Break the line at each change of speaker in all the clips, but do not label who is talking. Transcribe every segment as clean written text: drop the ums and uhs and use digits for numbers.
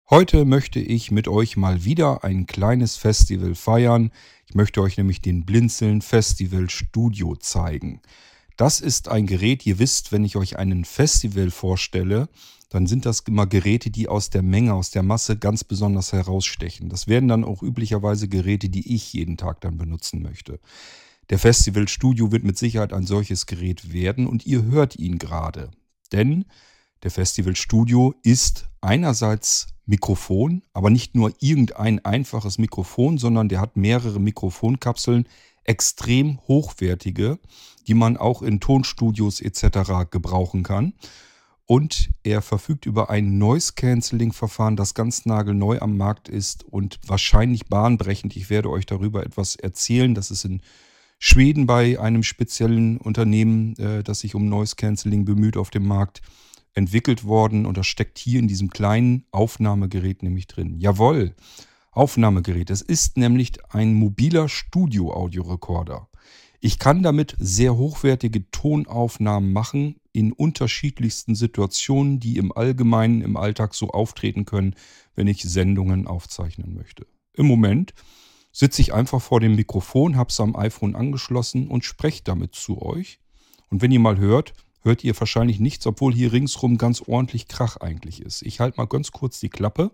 Heute möchte ich mit euch mal wieder ein kleines Festival feiern. Ich möchte euch nämlich den Blinzeln Festival Studio zeigen. Das ist ein Gerät, ihr wisst, wenn ich euch einen Festival vorstelle, dann sind das immer Geräte, die aus der Menge, aus der Masse ganz besonders herausstechen. Das werden dann auch üblicherweise Geräte, die ich jeden Tag dann benutzen möchte. Der Festival Studio wird mit Sicherheit ein solches Gerät werden und ihr hört ihn gerade. Denn der Festival Studio ist einerseits Mikrofon, aber nicht nur irgendein einfaches Mikrofon, sondern der hat mehrere Mikrofonkapseln, extrem hochwertige, die man auch in Tonstudios etc. gebrauchen kann. Und er verfügt über ein Noise-Canceling-Verfahren, das ganz nagelneu am Markt ist und wahrscheinlich bahnbrechend. Ich werde euch darüber etwas erzählen. Das ist in Schweden bei einem speziellen Unternehmen, das sich um Noise-Canceling bemüht, auf dem Markt entwickelt worden. Und das steckt hier in diesem kleinen Aufnahmegerät nämlich drin. Jawohl, Aufnahmegerät. Es ist nämlich ein mobiler Studio-Audiorekorder. Ich kann damit sehr hochwertige Tonaufnahmen machen in unterschiedlichsten Situationen, die im Allgemeinen im Alltag so auftreten können, wenn ich Sendungen aufzeichnen möchte. Im Moment sitze ich einfach vor dem Mikrofon, habe es am iPhone angeschlossen und spreche damit zu euch. Und wenn ihr mal hört ihr wahrscheinlich nichts, obwohl hier ringsrum ganz ordentlich Krach eigentlich ist. Ich halte mal ganz kurz die Klappe.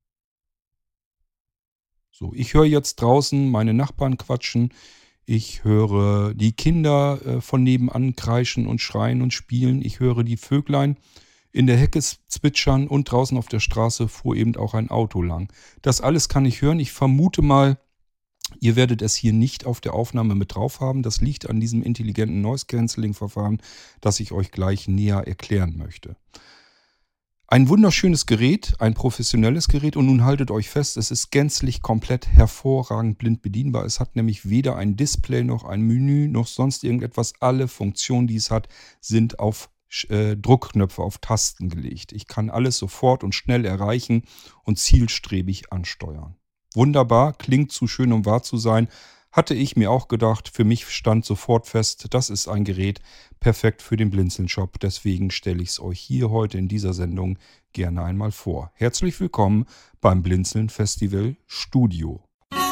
So, ich höre jetzt draußen meine Nachbarn quatschen. Ich höre die Kinder von nebenan kreischen und schreien und spielen. Ich höre die Vöglein in der Hecke zwitschern und draußen auf der Straße fuhr eben auch ein Auto lang. Das alles kann ich hören. Ich vermute mal, ihr werdet es hier nicht auf der Aufnahme mit drauf haben. Das liegt an diesem intelligenten Noise-Canceling-Verfahren, das ich euch gleich näher erklären möchte. Ein wunderschönes Gerät, ein professionelles Gerät und nun haltet euch fest, es ist gänzlich komplett hervorragend blind bedienbar. Es hat nämlich weder ein Display noch ein Menü noch sonst irgendetwas. Alle Funktionen, die es hat, sind auf Druckknöpfe, auf Tasten gelegt. Ich kann alles sofort und schnell erreichen und zielstrebig ansteuern. Wunderbar, klingt zu schön, um wahr zu sein. Hatte ich mir auch gedacht, für mich stand sofort fest, das ist ein Gerät perfekt für den Blinzeln-Shop. Deswegen stelle ich es euch hier heute in dieser Sendung gerne einmal vor. Herzlich willkommen beim Blinzeln Festival Studio.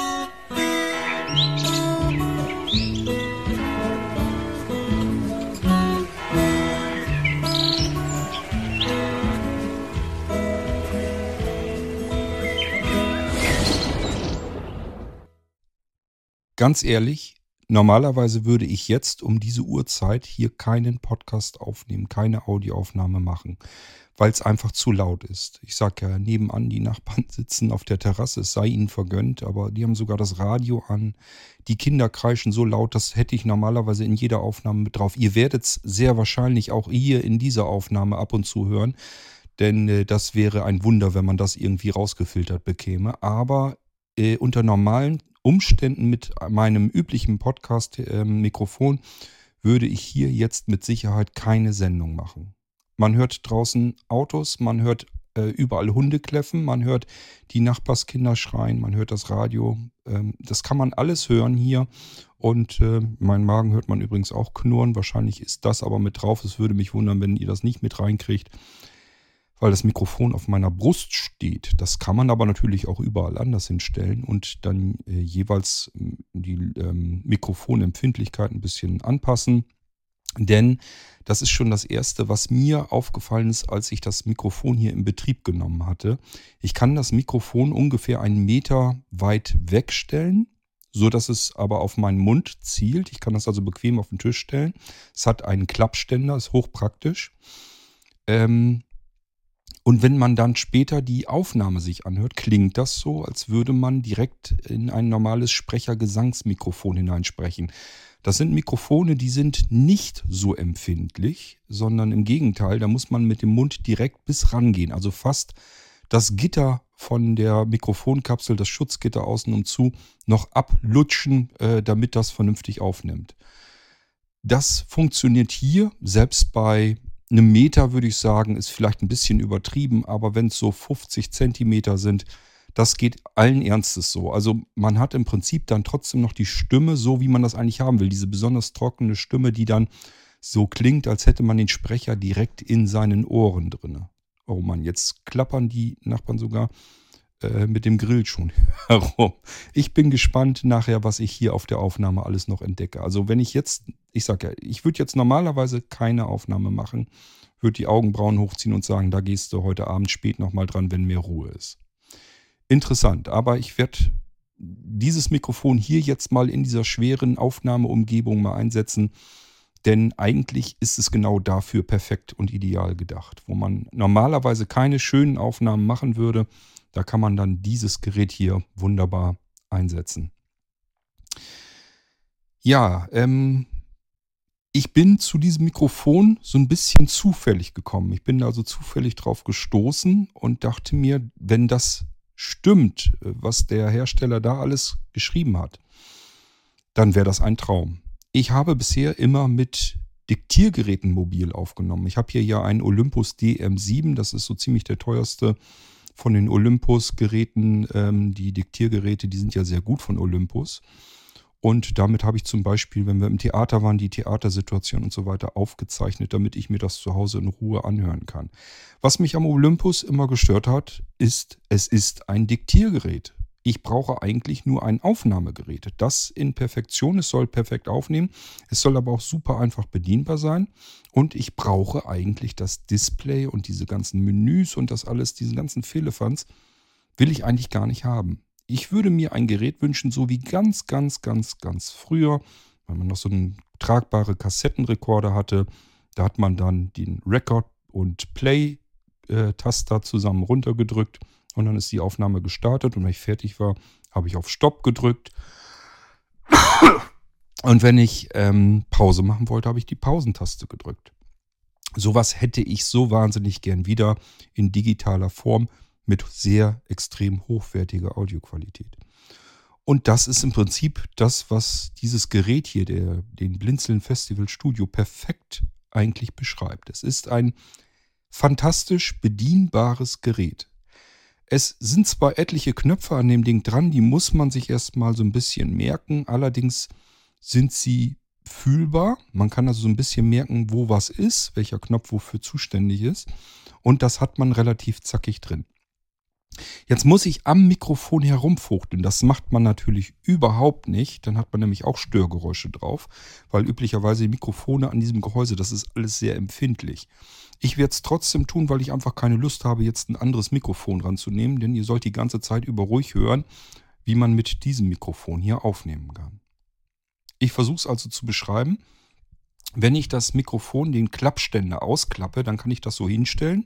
Ganz ehrlich, normalerweise würde ich jetzt um diese Uhrzeit hier keinen Podcast aufnehmen, keine Audioaufnahme machen, weil es einfach zu laut ist. Ich sage ja, nebenan die Nachbarn sitzen auf der Terrasse, es sei ihnen vergönnt, aber die haben sogar das Radio an. Die Kinder kreischen so laut, das hätte ich normalerweise in jeder Aufnahme mit drauf. Ihr werdet es sehr wahrscheinlich auch hier in dieser Aufnahme ab und zu hören, denn das wäre ein Wunder, wenn man das irgendwie rausgefiltert bekäme. Aber unter normalen Umständen mit meinem üblichen Podcast-Mikrofon würde ich hier jetzt mit Sicherheit keine Sendung machen. Man hört draußen Autos, man hört überall Hunde kläffen, man hört die Nachbarskinder schreien, man hört das Radio. Das kann man alles hören hier. Und meinen Magen hört man übrigens auch knurren. Wahrscheinlich ist das aber mit drauf. Es würde mich wundern, wenn ihr das nicht mit reinkriegt, weil das Mikrofon auf meiner Brust steht. Das kann man aber natürlich auch überall anders hinstellen und dann jeweils die Mikrofonempfindlichkeit ein bisschen anpassen. Denn das ist schon das Erste, was mir aufgefallen ist, als ich das Mikrofon hier in Betrieb genommen hatte. Ich kann das Mikrofon ungefähr 1 Meter weit wegstellen, so dass es aber auf meinen Mund zielt. Ich kann das also bequem auf den Tisch stellen. Es hat einen Klappständer, ist hochpraktisch. Und wenn man dann später die Aufnahme sich anhört, klingt das so, als würde man direkt in ein normales Sprechergesangsmikrofon hineinsprechen. Das sind Mikrofone, die sind nicht so empfindlich, sondern im Gegenteil, da muss man mit dem Mund direkt bis rangehen. Also fast das Gitter von der Mikrofonkapsel, das Schutzgitter außen zu, noch ablutschen, damit das vernünftig aufnimmt. Das funktioniert hier, selbst bei 1 Meter würde ich sagen, ist vielleicht ein bisschen übertrieben, aber wenn es so 50 Zentimeter sind, das geht allen Ernstes so. Also man hat im Prinzip dann trotzdem noch die Stimme, so wie man das eigentlich haben will. Diese besonders trockene Stimme, die dann so klingt, als hätte man den Sprecher direkt in seinen Ohren drin. Oh Mann, jetzt klappern die Nachbarn sogar mit dem Grill schon herum. Ich bin gespannt nachher, was ich hier auf der Aufnahme alles noch entdecke. Also wenn ich sage ja, ich würde jetzt normalerweise keine Aufnahme machen, würde die Augenbrauen hochziehen und sagen, da gehst du heute Abend spät nochmal dran, wenn mehr Ruhe ist. Interessant, aber ich werde dieses Mikrofon hier jetzt mal in dieser schweren Aufnahmeumgebung mal einsetzen, denn eigentlich ist es genau dafür perfekt und ideal gedacht. Wo man normalerweise keine schönen Aufnahmen machen würde, da kann man dann dieses Gerät hier wunderbar einsetzen. Ja, ich bin zu diesem Mikrofon so ein bisschen zufällig gekommen. Ich bin also zufällig drauf gestoßen und dachte mir, wenn das stimmt, was der Hersteller da alles geschrieben hat, dann wäre das ein Traum. Ich habe bisher immer mit Diktiergeräten mobil aufgenommen. Ich habe hier ja einen Olympus DM7, das ist so ziemlich der teuerste von den Olympus-Geräten. Die Diktiergeräte, die sind ja sehr gut von Olympus. Und damit habe ich zum Beispiel, wenn wir im Theater waren, die Theatersituation und so weiter aufgezeichnet, damit ich mir das zu Hause in Ruhe anhören kann. Was mich am Olympus immer gestört hat, ist, es ist ein Diktiergerät. Ich brauche eigentlich nur ein Aufnahmegerät. Das in Perfektion, es soll perfekt aufnehmen, es soll aber auch super einfach bedienbar sein. Und ich brauche eigentlich das Display und diese ganzen Menüs und das alles, diesen ganzen Firlefanz, will ich eigentlich gar nicht haben. Ich würde mir ein Gerät wünschen, so wie ganz früher, wenn man noch so einen tragbare Kassettenrekorder hatte. Da hat man dann den Record- und Play-Taster zusammen runtergedrückt und dann ist die Aufnahme gestartet und wenn ich fertig war, habe ich auf Stopp gedrückt. Und wenn ich Pause machen wollte, habe ich die Pausentaste gedrückt. Sowas hätte ich so wahnsinnig gern wieder in digitaler Form mit sehr extrem hochwertiger Audioqualität. Und das ist im Prinzip das, was dieses Gerät hier, den Blinzeln Festival Studio, perfekt eigentlich beschreibt. Es ist ein fantastisch bedienbares Gerät. Es sind zwar etliche Knöpfe an dem Ding dran, die muss man sich erstmal so ein bisschen merken. Allerdings sind sie fühlbar. Man kann also so ein bisschen merken, wo was ist, welcher Knopf wofür zuständig ist. Und das hat man relativ zackig drin. Jetzt muss ich am Mikrofon herumfuchteln. Das macht man natürlich überhaupt nicht. Dann hat man nämlich auch Störgeräusche drauf, weil üblicherweise die Mikrofone an diesem Gehäuse, das ist alles sehr empfindlich. Ich werde es trotzdem tun, weil ich einfach keine Lust habe, jetzt ein anderes Mikrofon ranzunehmen, denn ihr sollt die ganze Zeit über ruhig hören, wie man mit diesem Mikrofon hier aufnehmen kann. Ich versuche es also zu beschreiben. Wenn ich das Mikrofon, den Klappständer ausklappe, dann kann ich das so hinstellen.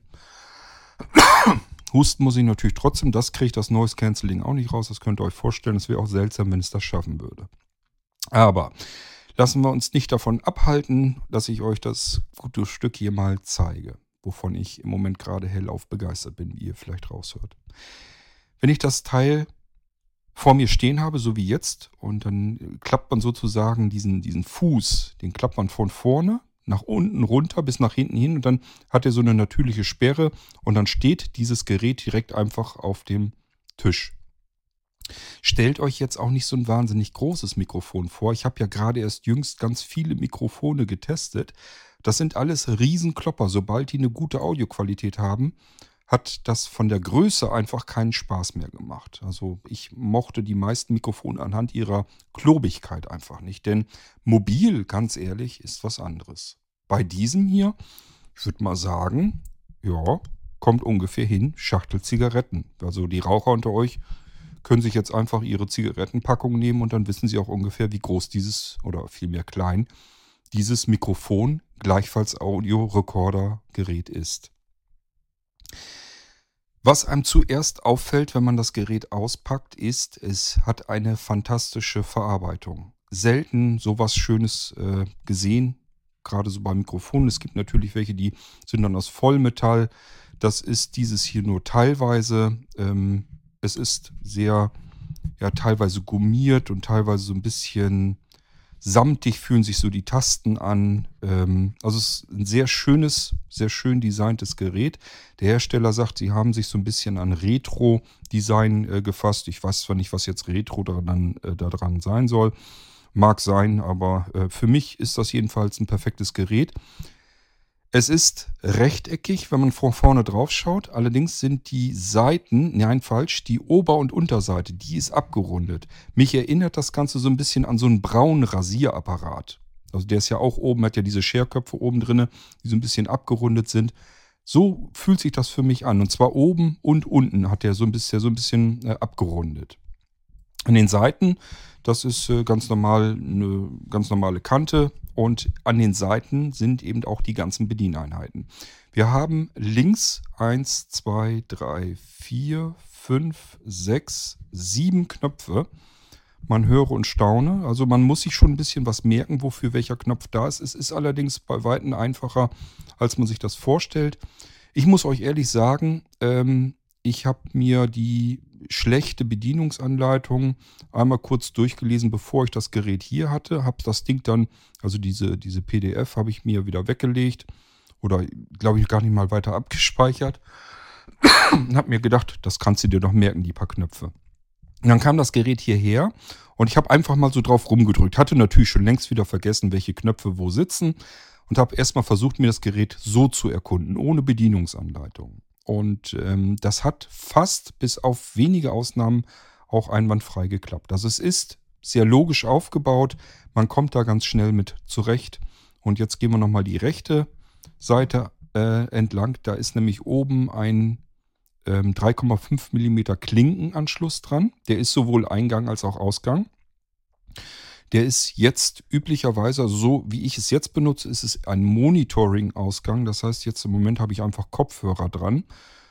Husten muss ich natürlich trotzdem, das kriegt das Noise Cancelling auch nicht raus. Das könnt ihr euch vorstellen. Es wäre auch seltsam, wenn es das schaffen würde. Aber lassen wir uns nicht davon abhalten, dass ich euch das gute Stück hier mal zeige, wovon ich im Moment gerade hellauf begeistert bin, wie ihr vielleicht raushört. Wenn ich das Teil vor mir stehen habe, so wie jetzt, und dann klappt man sozusagen diesen Fuß, den klappt man von vorne nach unten runter bis nach hinten hin und dann hat er so eine natürliche Sperre und dann steht dieses Gerät direkt einfach auf dem Tisch. Stellt euch jetzt auch nicht so ein wahnsinnig großes Mikrofon vor. Ich habe ja gerade erst jüngst ganz viele Mikrofone getestet. Das sind alles Riesenklopper. Sobald die eine gute Audioqualität haben, hat das von der Größe einfach keinen Spaß mehr gemacht. Also ich mochte die meisten Mikrofone anhand ihrer Klobigkeit einfach nicht. Denn mobil, ganz ehrlich, ist was anderes. Bei diesem hier, ich würde mal sagen, ja, kommt ungefähr hin, Schachtel Zigaretten. Also die Raucher unter euch können sich jetzt einfach ihre Zigarettenpackung nehmen und dann wissen sie auch ungefähr, wie groß dieses, oder vielmehr klein, dieses Mikrofon, gleichfalls Audiorekordergerät ist. Was einem zuerst auffällt, wenn man das Gerät auspackt, ist, es hat eine fantastische Verarbeitung. Selten sowas Schönes gesehen, gerade so bei Mikrofonen. Es gibt natürlich welche, die sind dann aus Vollmetall. Das ist dieses hier nur teilweise. Es ist sehr, ja, teilweise gummiert und teilweise so ein bisschen samtig fühlen sich so die Tasten an. Also es ist ein sehr schönes, sehr schön designtes Gerät. Der Hersteller sagt, sie haben sich so ein bisschen an Retro-Design gefasst. Ich weiß zwar nicht, was jetzt Retro daran sein soll. Mag sein, aber für mich ist das jedenfalls ein perfektes Gerät. Es ist rechteckig, wenn man von vorne drauf schaut. Allerdings sind die Seiten, nein, falsch, die Ober- und Unterseite, die ist abgerundet. Mich erinnert das Ganze so ein bisschen an so einen braunen Rasierapparat. Also der ist ja auch oben, hat ja diese Scherköpfe oben drinne, die so ein bisschen abgerundet sind. So fühlt sich das für mich an. Und zwar oben und unten hat der so ein bisschen abgerundet. An den Seiten, das ist ganz normal eine ganz normale Kante und an den Seiten sind eben auch die ganzen Bedieneinheiten. Wir haben links 1, 2, 3, 4, 5, 6, 7 Knöpfe. Man höre und staune. Also man muss sich schon ein bisschen was merken, wofür welcher Knopf da ist. Es ist allerdings bei Weitem einfacher, als man sich das vorstellt. Ich muss euch ehrlich sagen, ich habe mir die schlechte Bedienungsanleitung einmal kurz durchgelesen, bevor ich das Gerät hier hatte. Habe das Ding dann, also diese PDF habe ich mir wieder weggelegt oder glaube ich gar nicht mal weiter abgespeichert. Und habe mir gedacht, das kannst du dir doch merken, die paar Knöpfe. Und dann kam das Gerät hierher und ich habe einfach mal so drauf rumgedrückt. Hatte natürlich schon längst wieder vergessen, welche Knöpfe wo sitzen und habe erstmal versucht, mir das Gerät so zu erkunden, ohne Bedienungsanleitung. Und das hat fast bis auf wenige Ausnahmen auch einwandfrei geklappt. Also es ist sehr logisch aufgebaut. Man kommt da ganz schnell mit zurecht. Und jetzt gehen wir nochmal die rechte Seite entlang. Da ist nämlich oben ein 3,5 mm Klinkenanschluss dran. Der ist sowohl Eingang als auch Ausgang. Der ist jetzt üblicherweise, also so wie ich es jetzt benutze, ist es ein Monitoring-Ausgang. Das heißt, jetzt im Moment habe ich einfach Kopfhörer dran,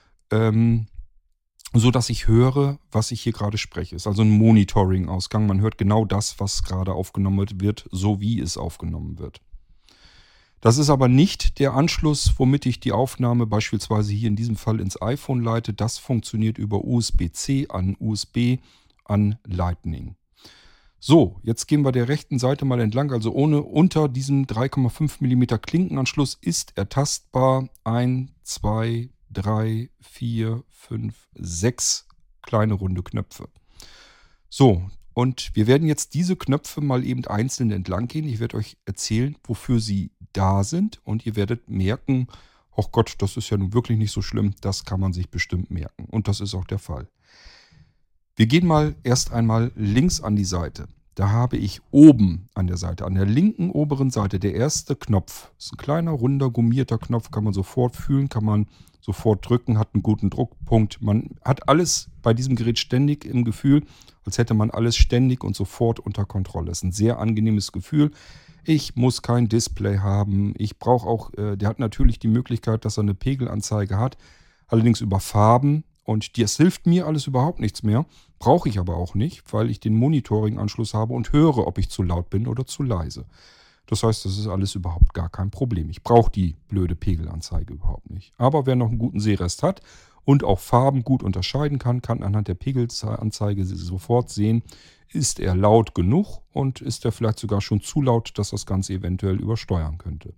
so dass ich höre, was ich hier gerade spreche. Ist also ein Monitoring-Ausgang. Man hört genau das, was gerade aufgenommen wird, so wie es aufgenommen wird. Das ist aber nicht der Anschluss, womit ich die Aufnahme beispielsweise hier in diesem Fall ins iPhone leite. Das funktioniert über USB-C an USB an Lightning. So, jetzt gehen wir der rechten Seite mal entlang. Also unter diesem 3,5 mm Klinkenanschluss ist ertastbar 1, 2, 3, 4, 5, 6 kleine runde Knöpfe. So, und wir werden jetzt diese Knöpfe mal eben einzeln entlang gehen. Ich werde euch erzählen, wofür sie da sind. Und ihr werdet merken, oh Gott, das ist ja nun wirklich nicht so schlimm. Das kann man sich bestimmt merken. Und das ist auch der Fall. Wir gehen mal erst einmal links an die Seite. Da habe ich oben an der Seite, an der linken oberen Seite, der erste Knopf. Das ist ein kleiner, runder, gummierter Knopf, kann man sofort fühlen, kann man sofort drücken, hat einen guten Druckpunkt. Man hat alles bei diesem Gerät ständig im Gefühl, als hätte man alles ständig und sofort unter Kontrolle. Das ist ein sehr angenehmes Gefühl. Ich muss kein Display haben. Ich brauche auch, der hat natürlich die Möglichkeit, dass er eine Pegelanzeige hat, allerdings über Farben. Und das hilft mir alles überhaupt nichts mehr. Brauche ich aber auch nicht, weil ich den Monitoring-Anschluss habe und höre, ob ich zu laut bin oder zu leise. Das heißt, das ist alles überhaupt gar kein Problem. Ich brauche die blöde Pegelanzeige überhaupt nicht. Aber wer noch einen guten Sehrest hat und auch Farben gut unterscheiden kann, kann anhand der Pegelanzeige sofort sehen, ist er laut genug und ist er vielleicht sogar schon zu laut, dass das Ganze eventuell übersteuern könnte.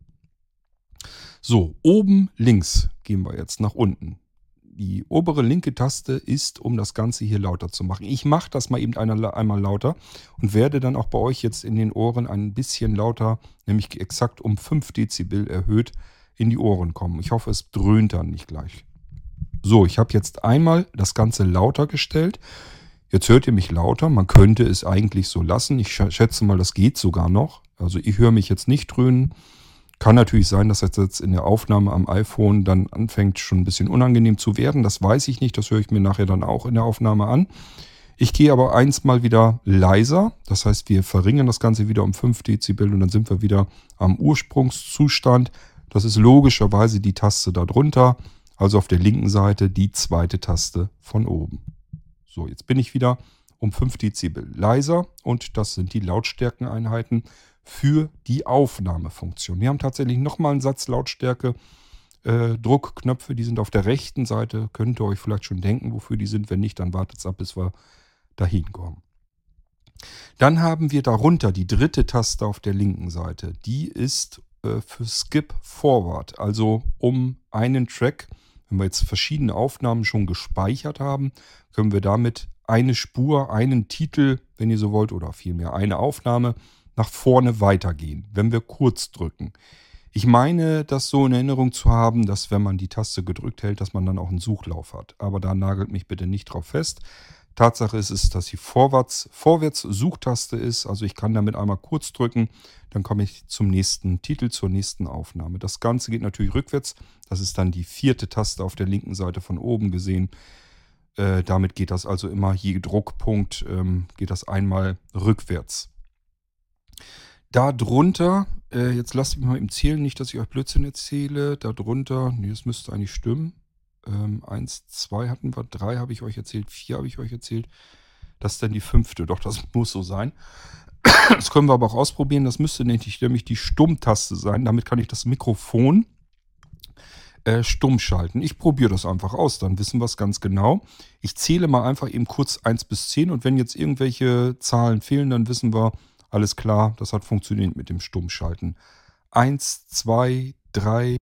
So, oben links gehen wir jetzt nach unten. Die obere linke Taste ist, um das Ganze hier lauter zu machen. Ich mache das mal eben einmal lauter und werde dann auch bei euch jetzt in den Ohren ein bisschen lauter, nämlich exakt um 5 Dezibel erhöht, in die Ohren kommen. Ich hoffe, es dröhnt dann nicht gleich. So, ich habe jetzt einmal das Ganze lauter gestellt. Jetzt hört ihr mich lauter. Man könnte es eigentlich so lassen. Ich schätze mal, das geht sogar noch. Also ich höre mich jetzt nicht dröhnen. Kann natürlich sein, dass das jetzt in der Aufnahme am iPhone dann anfängt, schon ein bisschen unangenehm zu werden. Das weiß ich nicht. Das höre ich mir nachher dann auch in der Aufnahme an. Ich gehe aber eins mal wieder leiser. Das heißt, wir verringern das Ganze wieder um 5 Dezibel und dann sind wir wieder am Ursprungszustand. Das ist logischerweise die Taste da drunter. Also auf der linken Seite die zweite Taste von oben. So, jetzt bin ich wieder um 5 Dezibel leiser und das sind die Lautstärkeneinheiten für die Aufnahmefunktion. Wir haben tatsächlich nochmal einen Satz Lautstärke, Druckknöpfe, die sind auf der rechten Seite. Könnt ihr euch vielleicht schon denken, wofür die sind. Wenn nicht, dann wartet es ab, bis wir dahin kommen. Dann haben wir darunter die dritte Taste auf der linken Seite. Die ist für Skip Forward, also um einen Track, wenn wir jetzt verschiedene Aufnahmen schon gespeichert haben, können wir damit eine Spur, einen Titel, wenn ihr so wollt, oder vielmehr eine Aufnahme nach vorne weitergehen, wenn wir kurz drücken. Ich meine, das so in Erinnerung zu haben, dass wenn man die Taste gedrückt hält, dass man dann auch einen Suchlauf hat. Aber da nagelt mich bitte nicht drauf fest. Tatsache ist es, dass die Vorwärts-Suchtaste ist. Also ich kann damit einmal kurz drücken, dann komme ich zum nächsten Titel, zur nächsten Aufnahme. Das Ganze geht natürlich rückwärts. Das ist dann die 4. Taste auf der linken Seite von oben gesehen. Damit geht das also immer, je Druckpunkt geht das einmal rückwärts. Darunter, jetzt lasst mich mal eben zählen, nicht, dass ich euch Blödsinn erzähle. Darunter, nee, das müsste eigentlich stimmen. 1, 2 hatten wir, 3 habe ich euch erzählt, 4 habe ich euch erzählt. Das ist dann die 5. Doch, das muss so sein. Das können wir aber auch ausprobieren. Das müsste nämlich die Stummtaste sein. Damit kann ich das Mikrofon stumm schalten. Ich probiere das einfach aus, dann wissen wir es ganz genau. Ich zähle mal einfach eben kurz 1 bis 10 und wenn jetzt irgendwelche Zahlen fehlen, dann wissen wir, alles klar, das hat funktioniert mit dem Stummschalten. 1, 2, 3,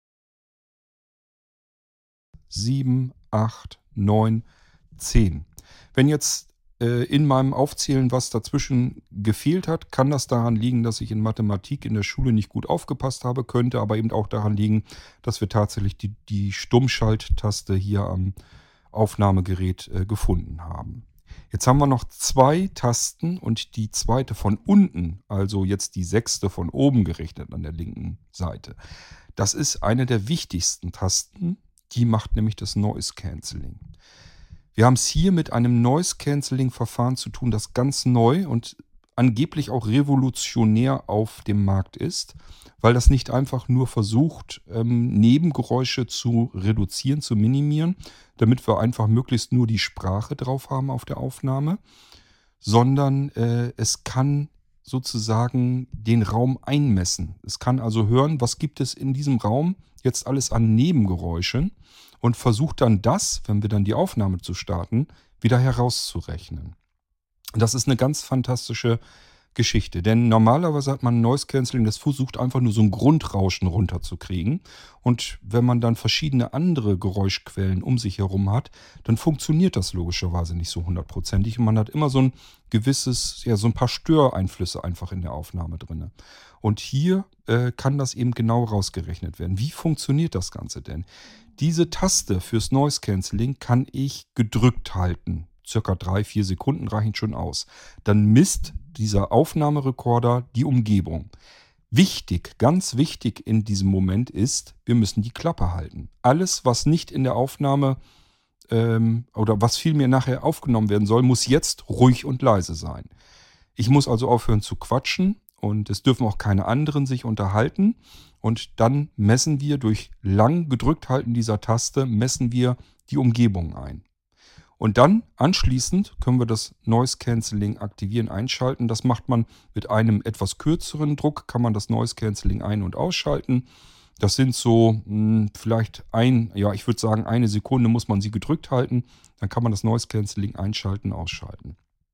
7, 8, 9, 10. Wenn jetzt in meinem Aufzählen was dazwischen gefehlt hat, kann das daran liegen, dass ich in Mathematik in der Schule nicht gut aufgepasst habe, könnte aber eben auch daran liegen, dass wir tatsächlich die Stummschalttaste hier am Aufnahmegerät gefunden haben. Jetzt haben wir noch 2 Tasten und die zweite von unten, also jetzt die 6. von oben gerechnet an der linken Seite. Das ist eine der wichtigsten Tasten, die macht nämlich das Noise Cancelling. Wir haben es hier mit einem Noise Cancelling Verfahren zu tun, das ganz neu und angeblich auch revolutionär auf dem Markt ist, weil das nicht einfach nur versucht, Nebengeräusche zu reduzieren, zu minimieren, damit wir einfach möglichst nur die Sprache drauf haben auf der Aufnahme, sondern es kann sozusagen den Raum einmessen. Es kann also hören, was gibt es in diesem Raum jetzt alles an Nebengeräuschen und versucht dann das, wenn wir dann die Aufnahme zu starten, wieder herauszurechnen. Das ist eine ganz fantastische Geschichte, denn normalerweise hat man Noise Cancelling, das versucht einfach nur so ein Grundrauschen runterzukriegen. Und wenn man dann verschiedene andere Geräuschquellen um sich herum hat, dann funktioniert das logischerweise nicht so hundertprozentig. Und man hat immer so ein gewisses, ja, so ein paar Störeinflüsse einfach in der Aufnahme drin. Und hier kann das eben genau rausgerechnet werden. Wie funktioniert das Ganze denn? Diese Taste fürs Noise Cancelling kann ich gedrückt halten. Circa 3, 4 Sekunden reichen schon aus. Dann misst dieser Aufnahmerekorder die Umgebung. Wichtig, ganz wichtig in diesem Moment ist, wir müssen die Klappe halten. Alles, was nicht in der Aufnahme oder was vielmehr nachher aufgenommen werden soll, muss jetzt ruhig und leise sein. Ich muss also aufhören zu quatschen und es dürfen auch keine anderen sich unterhalten. Und dann messen wir durch lang gedrückt halten dieser Taste, messen wir die Umgebung ein. Und dann anschließend können wir das Noise Cancelling aktivieren, einschalten. Das macht man mit einem etwas kürzeren Druck, kann man das Noise Cancelling ein- und ausschalten. Das sind so vielleicht ich würde sagen, 1 Sekunde muss man sie gedrückt halten. Dann kann man das Noise Cancelling einschalten, ausschalten.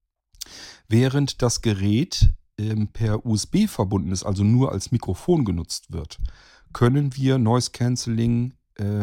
Während das Gerät per USB verbunden ist, also nur als Mikrofon genutzt wird, können wir Noise Cancelling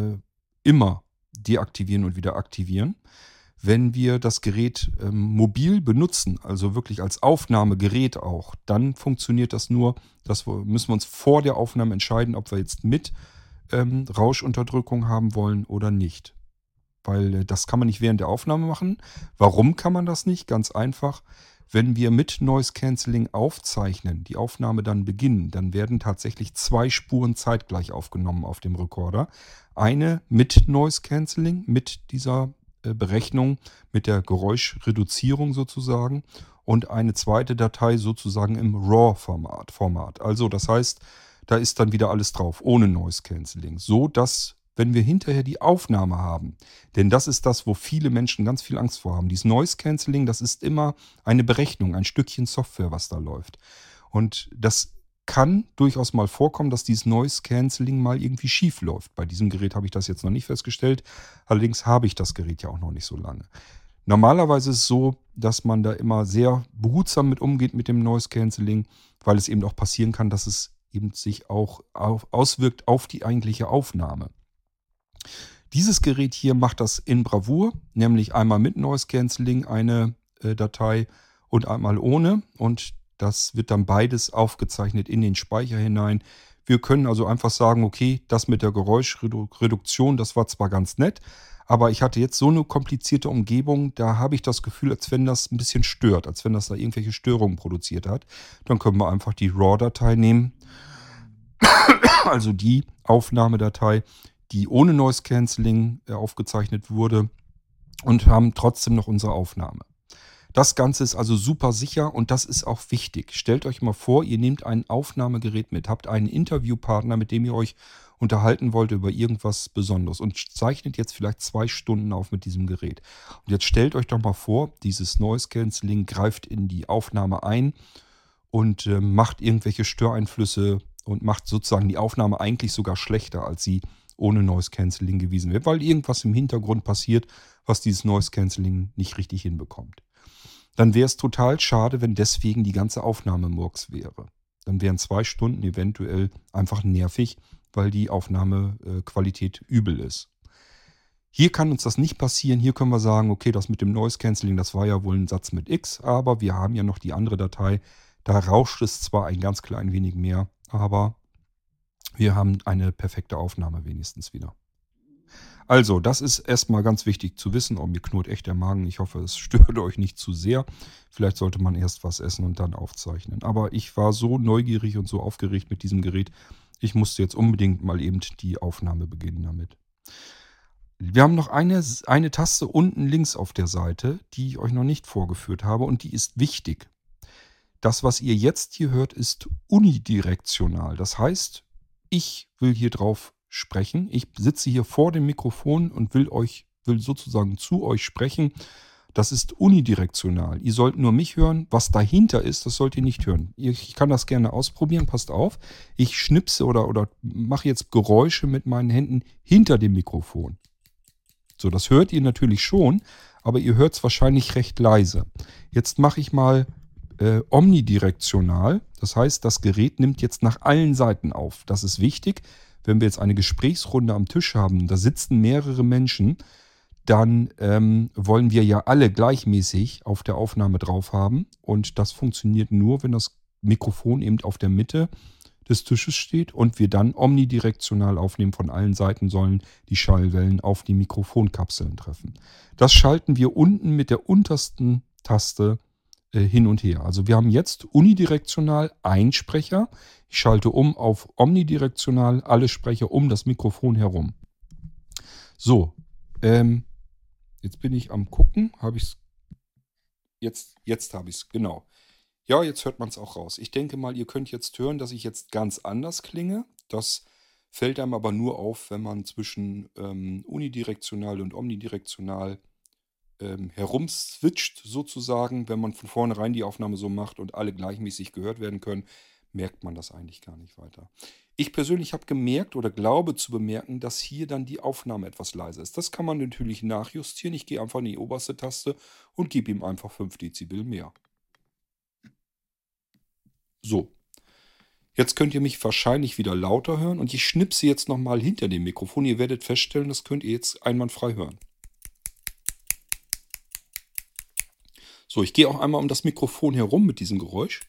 immer deaktivieren und wieder aktivieren. Wenn wir das Gerät mobil benutzen, also wirklich als Aufnahmegerät auch, dann funktioniert das nur, müssen wir uns vor der Aufnahme entscheiden, ob wir jetzt mit Rauschunterdrückung haben wollen oder nicht. Weil das kann man nicht während der Aufnahme machen. Warum kann man das nicht? Ganz einfach. Wenn wir mit Noise Cancelling aufzeichnen, die Aufnahme dann beginnen, dann werden tatsächlich 2 Spuren zeitgleich aufgenommen auf dem Rekorder. Eine mit Noise Cancelling, mit dieser Berechnung, mit der Geräuschreduzierung sozusagen und eine zweite Datei sozusagen im RAW-Format. Also das heißt, da ist dann wieder alles drauf, ohne Noise Cancelling. So dass, wenn wir hinterher die Aufnahme haben, denn das ist das, wo viele Menschen ganz viel Angst vor haben. Dieses Noise Cancelling, das ist immer eine Berechnung, ein Stückchen Software, was da läuft. Und das kann durchaus mal vorkommen, dass dieses Noise Cancelling mal irgendwie schief läuft. Bei diesem Gerät habe ich das jetzt noch nicht festgestellt. Allerdings habe ich das Gerät ja auch noch nicht so lange. Normalerweise ist es so, dass man da immer sehr behutsam mit umgeht mit dem Noise Cancelling, weil es eben auch passieren kann, dass es eben sich auch auswirkt auf die eigentliche Aufnahme. Dieses Gerät hier macht das in Bravour, nämlich einmal mit Noise Cancelling eine Datei und einmal ohne. Und das wird dann beides aufgezeichnet in den Speicher hinein. Wir können also einfach sagen, okay, das mit der Geräuschreduktion, das war zwar ganz nett, aber ich hatte jetzt so eine komplizierte Umgebung, da habe ich das Gefühl, als wenn das ein bisschen stört, als wenn das da irgendwelche Störungen produziert hat. Dann können wir einfach die RAW-Datei nehmen, also die Aufnahmedatei, die ohne Noise Cancelling aufgezeichnet wurde und haben trotzdem noch unsere Aufnahme. Das Ganze ist also super sicher und das ist auch wichtig. Stellt euch mal vor, ihr nehmt ein Aufnahmegerät mit, habt einen Interviewpartner, mit dem ihr euch unterhalten wollt über irgendwas Besonderes und zeichnet jetzt vielleicht 2 Stunden auf mit diesem Gerät. Und jetzt stellt euch doch mal vor, dieses Noise Cancelling greift in die Aufnahme ein und macht irgendwelche Störeinflüsse und macht sozusagen die Aufnahme eigentlich sogar schlechter, als sie ohne Noise Cancelling gewesen wäre, weil irgendwas im Hintergrund passiert, was dieses Noise Cancelling nicht richtig hinbekommt. Dann wäre es total schade, wenn deswegen die ganze Aufnahme Murks wäre. Dann wären 2 Stunden eventuell einfach nervig, weil die Aufnahmequalität übel ist. Hier kann uns das nicht passieren. Hier können wir sagen, okay, das mit dem Noise Cancelling, das war ja wohl ein Satz mit X, aber wir haben ja noch die andere Datei. Da rauscht es zwar ein ganz klein wenig mehr, aber wir haben eine perfekte Aufnahme wenigstens wieder. Also, das ist erstmal ganz wichtig zu wissen. Oh, mir knurrt echt der Magen. Ich hoffe, es stört euch nicht zu sehr. Vielleicht sollte man erst was essen und dann aufzeichnen. Aber ich war so neugierig und so aufgeregt mit diesem Gerät. Ich musste jetzt unbedingt mal eben die Aufnahme beginnen damit. Wir haben noch eine Taste unten links auf der Seite, die ich euch noch nicht vorgeführt habe und die ist wichtig. Das, was ihr jetzt hier hört, ist unidirektional. Das heißt, ich will hier drauf sprechen. Ich sitze hier vor dem Mikrofon und will sozusagen zu euch sprechen. Das ist unidirektional. Ihr sollt nur mich hören. Was dahinter ist, das sollt ihr nicht hören. Ich kann das gerne ausprobieren. Passt auf. Ich schnipse oder mache jetzt Geräusche mit meinen Händen hinter dem Mikrofon. So, das hört ihr natürlich schon, aber ihr hört es wahrscheinlich recht leise. Jetzt mache ich mal omnidirektional. Das heißt, das Gerät nimmt jetzt nach allen Seiten auf. Das ist wichtig. Wenn wir jetzt eine Gesprächsrunde am Tisch haben, da sitzen mehrere Menschen, dann wollen wir ja alle gleichmäßig auf der Aufnahme drauf haben. Und das funktioniert nur, wenn das Mikrofon eben auf der Mitte des Tisches steht und wir dann omnidirektional aufnehmen. Von allen Seiten sollen die Schallwellen auf die Mikrofonkapseln treffen. Das schalten wir unten mit der untersten Taste hin und her. Also wir haben jetzt unidirektional einen Sprecher. Ich schalte um auf omnidirektional alle Sprecher um das Mikrofon herum. So, jetzt bin ich am gucken. Habe ich es? Jetzt habe ich es, genau. Ja, jetzt hört man es auch raus. Ich denke mal, ihr könnt jetzt hören, dass ich jetzt ganz anders klinge. Das fällt einem aber nur auf, wenn man zwischen unidirektional und omnidirektional herumswitcht sozusagen. Wenn man von vornherein die Aufnahme so macht und alle gleichmäßig gehört werden können, merkt man das eigentlich gar nicht weiter. Ich persönlich habe gemerkt oder glaube zu bemerken, dass hier dann die Aufnahme etwas leiser ist. Das kann man natürlich nachjustieren. Ich gehe einfach in die oberste Taste und gebe ihm einfach 5 Dezibel mehr. So, jetzt könnt ihr mich wahrscheinlich wieder lauter hören und ich schnipse jetzt nochmal hinter dem Mikrofon. Ihr werdet feststellen, das könnt ihr jetzt einwandfrei hören. So, ich gehe auch einmal um das Mikrofon herum mit diesem Geräusch.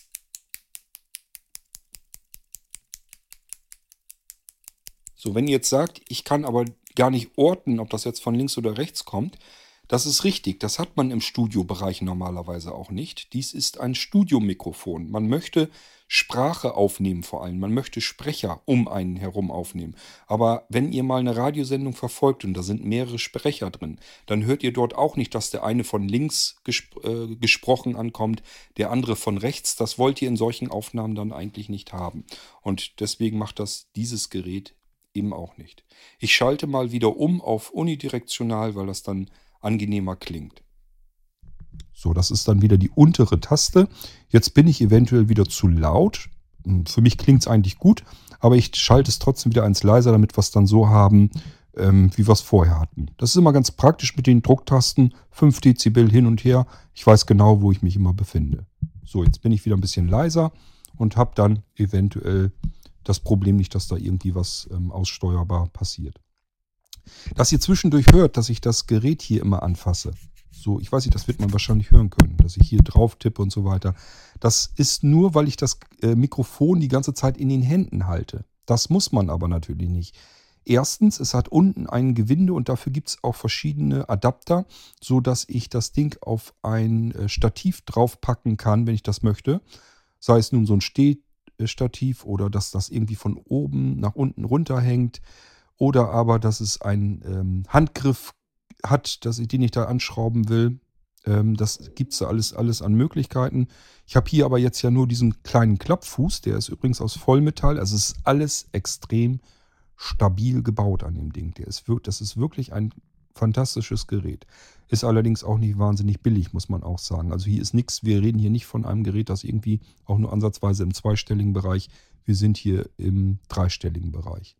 So, wenn ihr jetzt sagt, ich kann aber gar nicht orten, ob das jetzt von links oder rechts kommt, das ist richtig. Das hat man im Studiobereich normalerweise auch nicht. Dies ist ein Studiomikrofon. Man möchte Sprache aufnehmen vor allem. Man möchte Sprecher um einen herum aufnehmen. Aber wenn ihr mal eine Radiosendung verfolgt und da sind mehrere Sprecher drin, dann hört ihr dort auch nicht, dass der eine von links gesprochen ankommt, der andere von rechts. Das wollt ihr in solchen Aufnahmen dann eigentlich nicht haben. Und deswegen macht das dieses Gerät eben auch nicht. Ich schalte mal wieder um auf unidirektional, weil das dann angenehmer klingt. So, das ist dann wieder die untere Taste. Jetzt bin ich eventuell wieder zu laut. Für mich klingt es eigentlich gut, aber ich schalte es trotzdem wieder eins leiser, damit wir es dann so haben, wie wir es vorher hatten. Das ist immer ganz praktisch mit den Drucktasten. 5 Dezibel hin und her. Ich weiß genau, wo ich mich immer befinde. So, jetzt bin ich wieder ein bisschen leiser und habe dann eventuell das Problem nicht, dass da irgendwie was aussteuerbar passiert. Dass ihr zwischendurch hört, dass ich das Gerät hier immer anfasse. so, ich weiß nicht, das wird man wahrscheinlich hören können, dass ich hier drauf tippe und so weiter. Das ist nur, weil ich das Mikrofon die ganze Zeit in den Händen halte. Das muss man aber natürlich nicht. Erstens, es hat unten ein Gewinde und dafür gibt es auch verschiedene Adapter, so dass ich das Ding auf ein Stativ draufpacken kann, wenn ich das möchte. Sei es nun so ein Stehstativ oder dass das irgendwie von oben nach unten runterhängt oder aber, dass es einen Handgriff hat, den ich da anschrauben will. Das gibt es da alles an Möglichkeiten. Ich habe hier aber jetzt ja nur diesen kleinen Klappfuß, der ist übrigens aus Vollmetall. Also es ist alles extrem stabil gebaut an dem Ding. Das ist wirklich ein fantastisches Gerät. Ist allerdings auch nicht wahnsinnig billig, muss man auch sagen. Also hier ist nichts, wir reden hier nicht von einem Gerät, das irgendwie auch nur ansatzweise im zweistelligen Bereich. Wir sind hier im dreistelligen Bereich.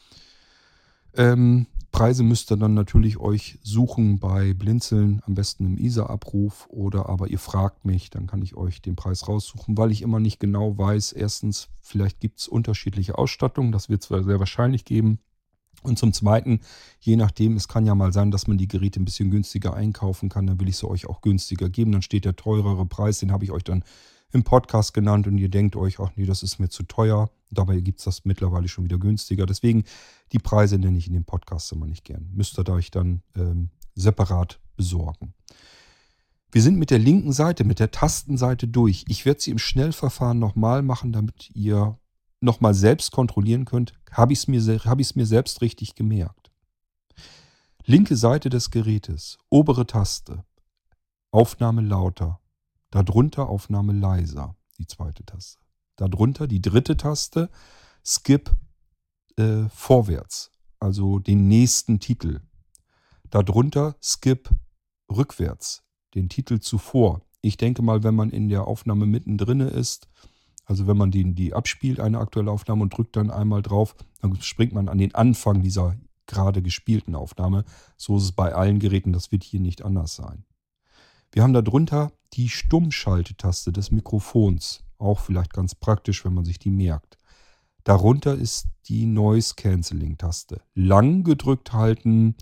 Preise müsst ihr dann natürlich euch suchen bei Blinzeln, am besten im ISA-Abruf oder aber ihr fragt mich, dann kann ich euch den Preis raussuchen, weil ich immer nicht genau weiß. Erstens, vielleicht gibt es unterschiedliche Ausstattungen, das wird es sehr wahrscheinlich geben. Und zum Zweiten, je nachdem, es kann ja mal sein, dass man die Geräte ein bisschen günstiger einkaufen kann, dann will ich sie euch auch günstiger geben. Dann steht der teurere Preis, den habe ich euch dann im Podcast genannt und ihr denkt euch, ach nee, das ist mir zu teuer. Dabei gibt es das mittlerweile schon wieder günstiger. Deswegen, die Preise nenne ich in dem Podcast immer nicht gern. Müsst ihr euch dann separat besorgen. Wir sind mit der linken Seite, mit der Tastenseite durch. Ich werde sie im Schnellverfahren nochmal machen, damit ihr nochmal selbst kontrollieren könnt, habe ich es mir selbst richtig gemerkt. Linke Seite des Gerätes, obere Taste, Aufnahme lauter. Darunter Aufnahme leiser, die zweite Taste. Darunter die dritte Taste, Skip vorwärts, also den nächsten Titel. Darunter Skip rückwärts, den Titel zuvor. Ich denke mal, wenn man in der Aufnahme mittendrin ist, also wenn man die abspielt, eine aktuelle Aufnahme und drückt dann einmal drauf, dann springt man an den Anfang dieser gerade gespielten Aufnahme. So ist es bei allen Geräten, das wird hier nicht anders sein. Wir haben darunter die Stummschaltetaste des Mikrofons. Auch vielleicht ganz praktisch, wenn man sich die merkt. Darunter ist die Noise-Canceling-Taste. Lang gedrückt halten,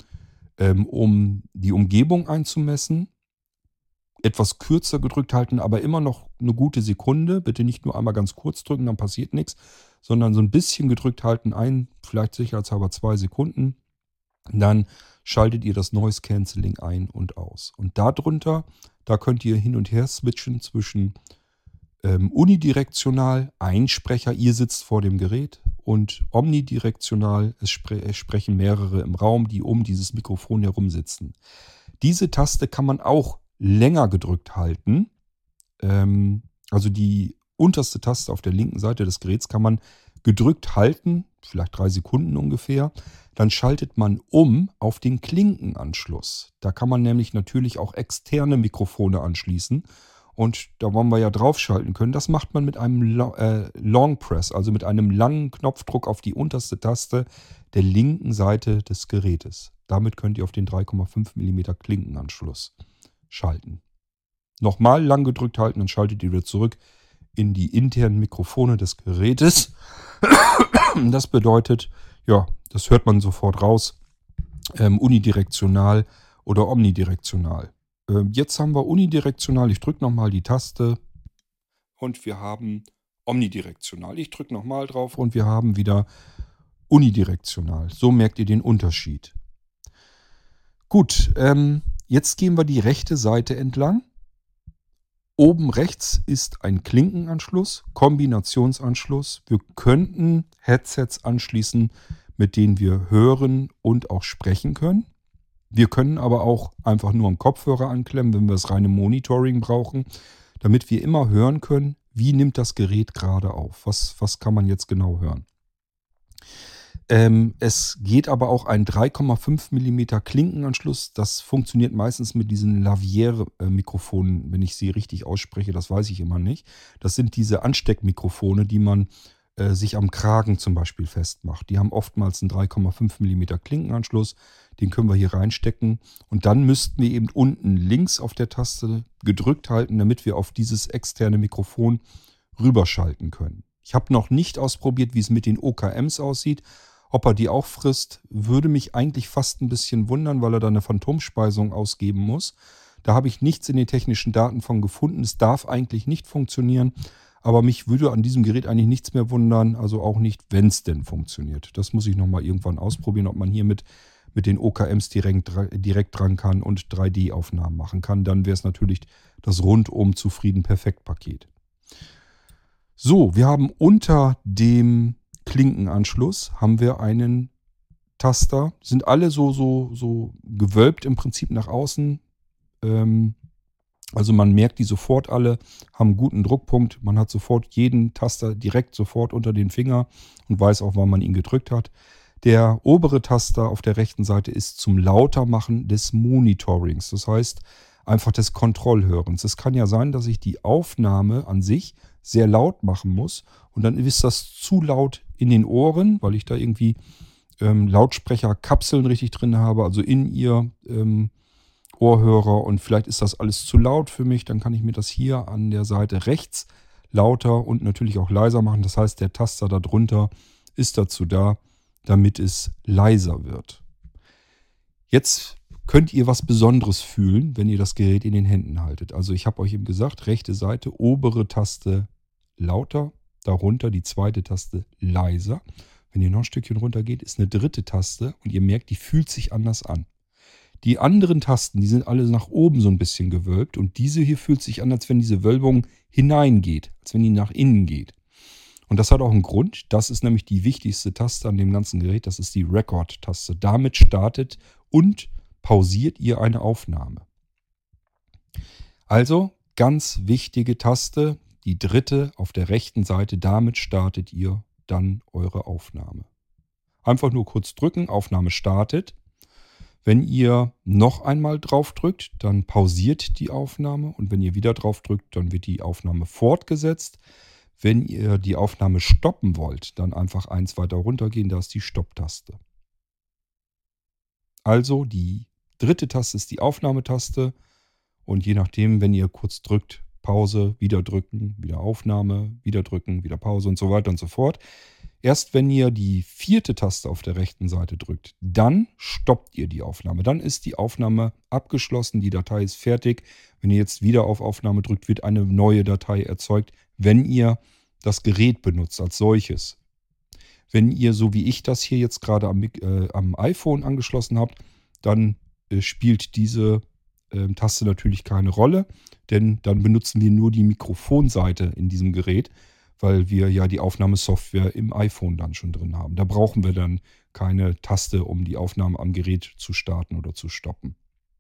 um die Umgebung einzumessen. Etwas kürzer gedrückt halten, aber immer noch eine gute Sekunde. Bitte nicht nur einmal ganz kurz drücken, dann passiert nichts, sondern so ein bisschen gedrückt halten, vielleicht sicherheitshalber 2 Sekunden. Dann schaltet ihr das Noise Cancelling ein und aus. Und darunter, da könnt ihr hin und her switchen zwischen unidirektional, Einsprecher, ihr sitzt vor dem Gerät, und omnidirektional, es sprechen mehrere im Raum, die um dieses Mikrofon herum sitzen. Diese Taste kann man auch länger gedrückt halten. Also die unterste Taste auf der linken Seite des Geräts kann man gedrückt halten, vielleicht 3 Sekunden ungefähr. Dann schaltet man um auf den Klinkenanschluss. Da kann man nämlich natürlich auch externe Mikrofone anschließen. Und da wollen wir ja draufschalten können. Das macht man mit einem Long Press, also mit einem langen Knopfdruck auf die unterste Taste der linken Seite des Gerätes. Damit könnt ihr auf den 3,5 mm Klinkenanschluss schalten. Nochmal lang gedrückt halten, dann schaltet ihr wieder zurück in die internen Mikrofone des Gerätes. Das bedeutet, ja, das hört man sofort raus, unidirektional oder omnidirektional. Jetzt haben wir unidirektional, ich drücke nochmal die Taste und wir haben omnidirektional. Ich drücke nochmal drauf und wir haben wieder unidirektional. So merkt ihr den Unterschied. Gut, jetzt gehen wir die rechte Seite entlang. Oben rechts ist ein Klinkenanschluss, Kombinationsanschluss. Wir könnten Headsets anschließen, mit denen wir hören und auch sprechen können. Wir können aber auch einfach nur einen Kopfhörer anklemmen, wenn wir das reine Monitoring brauchen, damit wir immer hören können, wie nimmt das Gerät gerade auf. Was kann man jetzt genau hören? Es geht aber auch ein 3,5 mm Klinkenanschluss. Das funktioniert meistens mit diesen Lavalier-Mikrofonen, wenn ich sie richtig ausspreche. Das weiß ich immer nicht. Das sind diese Ansteckmikrofone, die man sich am Kragen zum Beispiel festmacht. Die haben oftmals einen 3,5 mm Klinkenanschluss. Den können wir hier reinstecken. Und dann müssten wir eben unten links auf der Taste gedrückt halten, damit wir auf dieses externe Mikrofon rüberschalten können. Ich habe noch nicht ausprobiert, wie es mit den OKMs aussieht. Ob er die auch frisst, würde mich eigentlich fast ein bisschen wundern, weil er da eine Phantomspeisung ausgeben muss. Da habe ich nichts in den technischen Daten von gefunden. Es darf eigentlich nicht funktionieren. Aber mich würde an diesem Gerät eigentlich nichts mehr wundern. Also auch nicht, wenn es denn funktioniert. Das muss ich nochmal irgendwann ausprobieren, ob man hier mit den OKMs direkt dran kann und 3D-Aufnahmen machen kann. Dann wäre es natürlich das rundum zufrieden Perfekt-Paket. So, wir haben unter dem Klinkenanschluss haben wir einen Taster. Sind alle so gewölbt im Prinzip nach außen. Also man merkt die sofort alle, haben einen guten Druckpunkt. Man hat sofort jeden Taster direkt sofort unter den Finger und weiß auch, wann man ihn gedrückt hat. Der obere Taster auf der rechten Seite ist zum Lautermachen des Monitorings. Das heißt einfach des Kontrollhörens. Es kann ja sein, dass ich die Aufnahme an sich sehr laut machen muss und dann ist das zu laut in den Ohren, weil ich da irgendwie Lautsprecherkapseln richtig drin habe, also in ihr Ohrhörer, und vielleicht ist das alles zu laut für mich. Dann kann ich mir das hier an der Seite rechts lauter und natürlich auch leiser machen. Das heißt, der Taster darunter ist dazu da, damit es leiser wird. Jetzt könnt ihr was Besonderes fühlen, wenn ihr das Gerät in den Händen haltet. Also ich habe euch eben gesagt, rechte Seite, obere Taste lauter, darunter die zweite Taste leiser. Wenn ihr noch ein Stückchen runter geht, ist eine dritte Taste und ihr merkt, die fühlt sich anders an. Die anderen Tasten, die sind alle nach oben so ein bisschen gewölbt und diese hier fühlt sich an, als wenn diese Wölbung hineingeht, als wenn die nach innen geht. Und das hat auch einen Grund. Das ist nämlich die wichtigste Taste an dem ganzen Gerät. Das ist die Record-Taste. Damit startet und pausiert ihr eine Aufnahme. Also ganz wichtige Taste, die dritte auf der rechten Seite. Damit startet ihr dann eure Aufnahme. Einfach nur kurz drücken, Aufnahme startet. Wenn ihr noch einmal drauf drückt, dann pausiert die Aufnahme und wenn ihr wieder drauf drückt, dann wird die Aufnahme fortgesetzt. Wenn ihr die Aufnahme stoppen wollt, dann einfach eins weiter runtergehen, da ist die Stopptaste. Also die dritte Taste ist die Aufnahmetaste und je nachdem, wenn ihr kurz drückt, Pause, wieder drücken, wieder Aufnahme, wieder drücken, wieder Pause und so weiter und so fort. Erst wenn ihr die vierte Taste auf der rechten Seite drückt, dann stoppt ihr die Aufnahme. Dann ist die Aufnahme abgeschlossen, die Datei ist fertig. Wenn ihr jetzt wieder auf Aufnahme drückt, wird eine neue Datei erzeugt, wenn ihr das Gerät benutzt als solches. Wenn ihr, so wie ich das hier jetzt gerade am iPhone angeschlossen habt, dann spielt diese Taste natürlich keine Rolle, denn dann benutzen wir nur die Mikrofonseite in diesem Gerät, weil wir ja die Aufnahmesoftware im iPhone dann schon drin haben. Da brauchen wir dann keine Taste, um die Aufnahme am Gerät zu starten oder zu stoppen.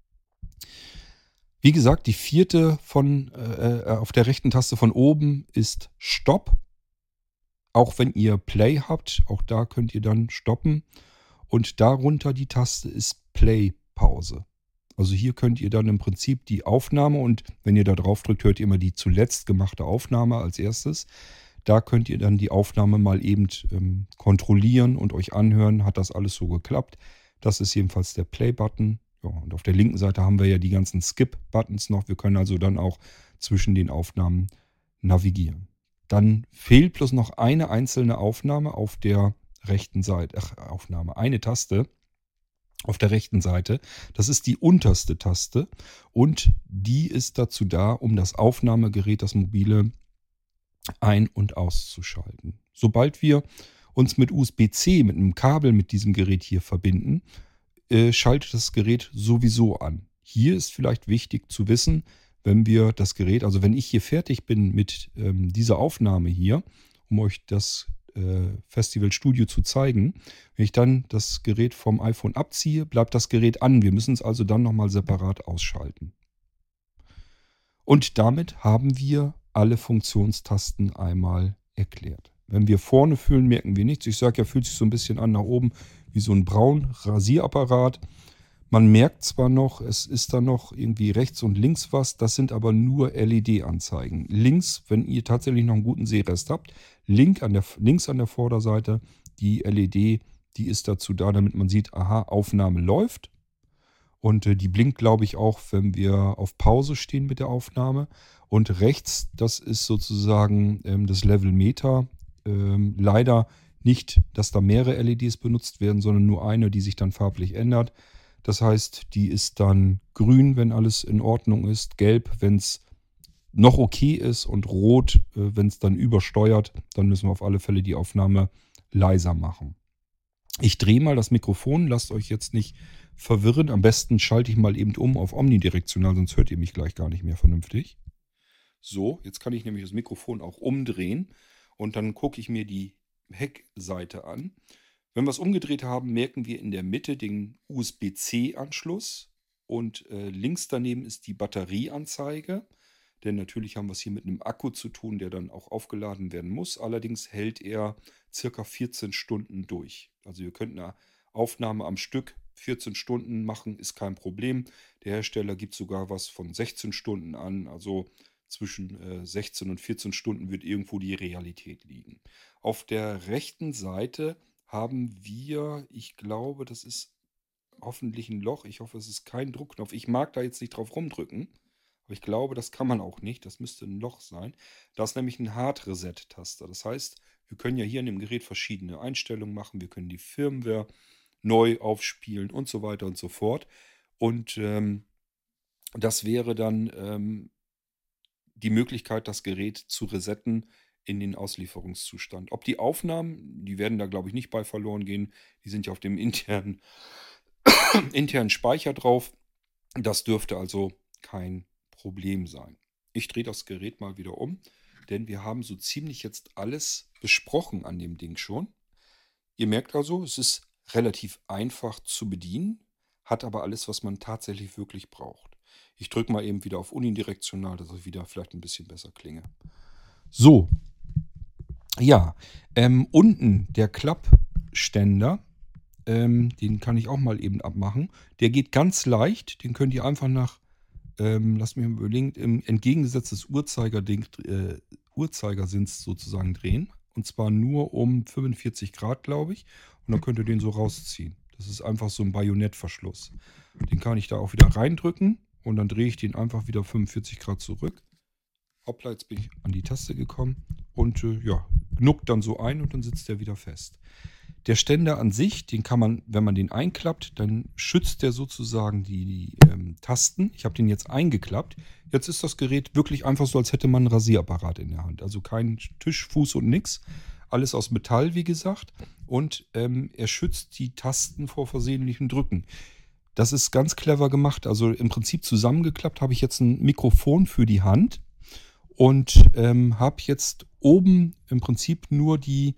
Wie gesagt, die vierte auf der rechten Taste von oben ist Stopp. Auch wenn ihr Play habt, auch da könnt ihr dann stoppen. Und darunter die Taste ist Play-Pause. Also hier könnt ihr dann im Prinzip die Aufnahme und wenn ihr da drauf drückt, hört ihr immer die zuletzt gemachte Aufnahme als erstes. Da könnt ihr dann die Aufnahme mal eben kontrollieren und euch anhören. Hat das alles so geklappt? Das ist jedenfalls der Play-Button. Ja, und auf der linken Seite haben wir ja die ganzen Skip-Buttons noch. Wir können also dann auch zwischen den Aufnahmen navigieren. Dann fehlt bloß noch eine einzelne Aufnahme auf der rechten Seite. Eine Taste auf der rechten Seite. Das ist die unterste Taste und die ist dazu da, um das Aufnahmegerät, das mobile, ein- und auszuschalten. Sobald wir uns mit USB-C, mit einem Kabel mit diesem Gerät hier verbinden, schaltet das Gerät sowieso an. Hier ist vielleicht wichtig zu wissen, wenn wir das Gerät, also wenn ich hier fertig bin mit dieser Aufnahme hier, um euch das Festival Studio zu zeigen, wenn ich dann das Gerät vom iPhone abziehe, bleibt das Gerät an. Wir müssen es also dann nochmal separat ausschalten. Und damit haben wir alle Funktionstasten einmal erklärt. Wenn wir vorne fühlen, merken wir nichts. Ich sage ja, fühlt sich so ein bisschen an nach oben wie so ein braun Rasierapparat. Man merkt zwar noch, es ist da noch irgendwie rechts und links was, das sind aber nur LED-Anzeigen. Links, wenn ihr tatsächlich noch einen guten Sehrest habt, links an der Vorderseite, die LED, die ist dazu da, damit man sieht, aha, Aufnahme läuft. Und die blinkt, glaube ich, auch, wenn wir auf Pause stehen mit der Aufnahme. Und rechts, das ist sozusagen das Level Meter. Leider nicht, dass da mehrere LEDs benutzt werden, sondern nur eine, die sich dann farblich ändert. Das heißt, die ist dann grün, wenn alles in Ordnung ist, gelb, wenn es noch okay ist und rot, wenn es dann übersteuert. Dann müssen wir auf alle Fälle die Aufnahme leiser machen. Ich drehe mal das Mikrofon, lasst euch jetzt nicht verwirren. Am besten schalte ich mal eben um auf omnidirektional, sonst hört ihr mich gleich gar nicht mehr vernünftig. So, jetzt kann ich nämlich das Mikrofon auch umdrehen und dann gucke ich mir die Heckseite an. Wenn wir es umgedreht haben, merken wir in der Mitte den USB-C-Anschluss und links daneben ist die Batterieanzeige. Denn natürlich haben wir es hier mit einem Akku zu tun, der dann auch aufgeladen werden muss. Allerdings hält er circa 14 Stunden durch. Also ihr könnt eine Aufnahme am Stück 14 Stunden machen, ist kein Problem. Der Hersteller gibt sogar was von 16 Stunden an. Also zwischen 16 und 14 Stunden wird irgendwo die Realität liegen. Auf der rechten Seite haben wir, ich glaube, das ist hoffentlich ein Loch. Ich hoffe, es ist kein Druckknopf. Ich mag da jetzt nicht drauf rumdrücken. Aber ich glaube, das kann man auch nicht. Das müsste ein Loch sein. Da ist nämlich ein Hard-Reset-Taster. Das heißt, wir können ja hier in dem Gerät verschiedene Einstellungen machen. Wir können die Firmware neu aufspielen und so weiter und so fort. Und das wäre dann die Möglichkeit, das Gerät zu resetten in den Auslieferungszustand. Ob die Aufnahmen, die werden da glaube ich nicht bei verloren gehen. Die sind ja auf dem internen Speicher drauf. Das dürfte also kein Problem sein. Ich drehe das Gerät mal wieder um, denn wir haben so ziemlich jetzt alles besprochen an dem Ding schon. Ihr merkt also, es ist relativ einfach zu bedienen, hat aber alles, was man tatsächlich wirklich braucht. Ich drücke mal eben wieder auf unidirektional, dass ich wieder vielleicht ein bisschen besser klinge. So, ja, unten der Klappständer, den kann ich auch mal eben abmachen. Der geht ganz leicht, den könnt ihr einfach nach lass mich mal überlegen, im Entgegensatz des Uhrzeigersinns sozusagen drehen. Und zwar nur um 45 Grad, glaube ich. Und dann könnt ihr den so rausziehen. Das ist einfach so ein Bajonettverschluss. Den kann ich da auch wieder reindrücken und dann drehe ich den einfach wieder 45 Grad zurück. Hoppla, jetzt bin ich an die Taste gekommen und ja, knuckt dann so ein und dann sitzt der wieder fest. Der Ständer an sich, den kann man, wenn man den einklappt, dann schützt der sozusagen die Tasten. Ich habe den jetzt eingeklappt. Jetzt ist das Gerät wirklich einfach so, als hätte man einen Rasierapparat in der Hand. Also kein Tisch, Fuß und nix. Alles aus Metall, wie gesagt. Und er schützt die Tasten vor versehentlichem Drücken. Das ist ganz clever gemacht. Also im Prinzip zusammengeklappt habe ich jetzt ein Mikrofon für die Hand und habe jetzt oben im Prinzip nur die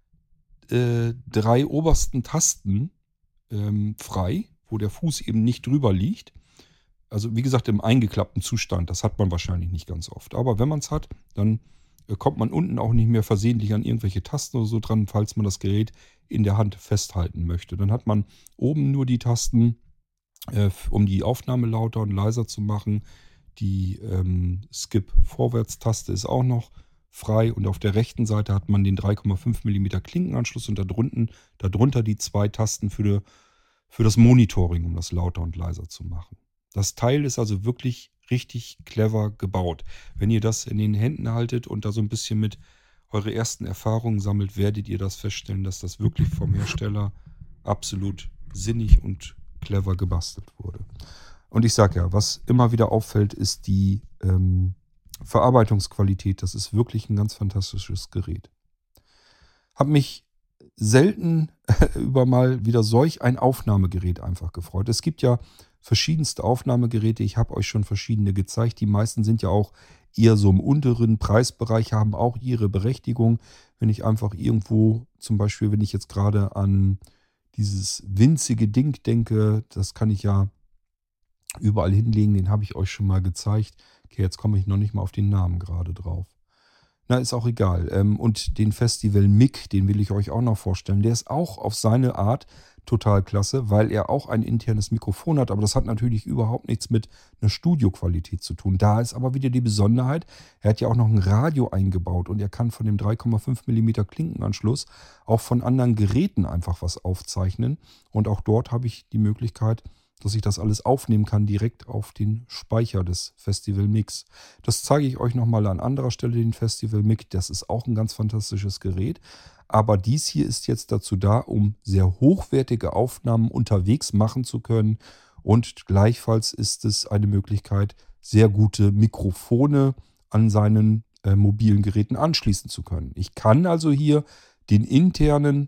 3 obersten Tasten frei, wo der Fuß eben nicht drüber liegt. Also wie gesagt, im eingeklappten Zustand. Das hat man wahrscheinlich nicht ganz oft. Aber wenn man es hat, dann kommt man unten auch nicht mehr versehentlich an irgendwelche Tasten oder so dran, falls man das Gerät in der Hand festhalten möchte. Dann hat man oben nur die Tasten, um die Aufnahme lauter und leiser zu machen. Die Skip-Vorwärtstaste ist auch noch frei und auf der rechten Seite hat man den 3,5 mm Klinkenanschluss und darunter die 2 Tasten für das Monitoring, um das lauter und leiser zu machen. Das Teil ist also wirklich richtig clever gebaut. Wenn ihr das in den Händen haltet und da so ein bisschen mit eure ersten Erfahrungen sammelt, werdet ihr das feststellen, dass das wirklich vom Hersteller absolut sinnig und clever gebastelt wurde. Und ich sage ja, was immer wieder auffällt, ist die Verarbeitungsqualität. Das ist wirklich ein ganz fantastisches Gerät. Habe mich selten über mal wieder solch ein Aufnahmegerät einfach gefreut. Es gibt ja verschiedenste Aufnahmegeräte. Ich habe euch schon verschiedene gezeigt. Die meisten sind ja auch eher so im unteren Preisbereich, haben auch ihre Berechtigung. Wenn ich einfach irgendwo, zum Beispiel, wenn ich jetzt gerade an dieses winzige Ding denke, das kann ich ja überall hinlegen, den habe ich euch schon mal gezeigt. Okay, jetzt komme ich noch nicht mal auf den Namen gerade drauf. Na, ist auch egal. Und den Festival MIG, den will ich euch auch noch vorstellen. Der ist auch auf seine Art total klasse, weil er auch ein internes Mikrofon hat. Aber das hat natürlich überhaupt nichts mit einer Studioqualität zu tun. Da ist aber wieder die Besonderheit, er hat ja auch noch ein Radio eingebaut und er kann von dem 3,5 mm Klinkenanschluss auch von anderen Geräten einfach was aufzeichnen. Und auch dort habe ich die Möglichkeit, dass ich das alles aufnehmen kann direkt auf den Speicher des Festival Mix. Das zeige ich euch nochmal an anderer Stelle, den Festival Mix. Das ist auch ein ganz fantastisches Gerät. Aber dies hier ist jetzt dazu da, um sehr hochwertige Aufnahmen unterwegs machen zu können. Und gleichfalls ist es eine Möglichkeit, sehr gute Mikrofone an seinen mobilen Geräten anschließen zu können. Ich kann also hier den internen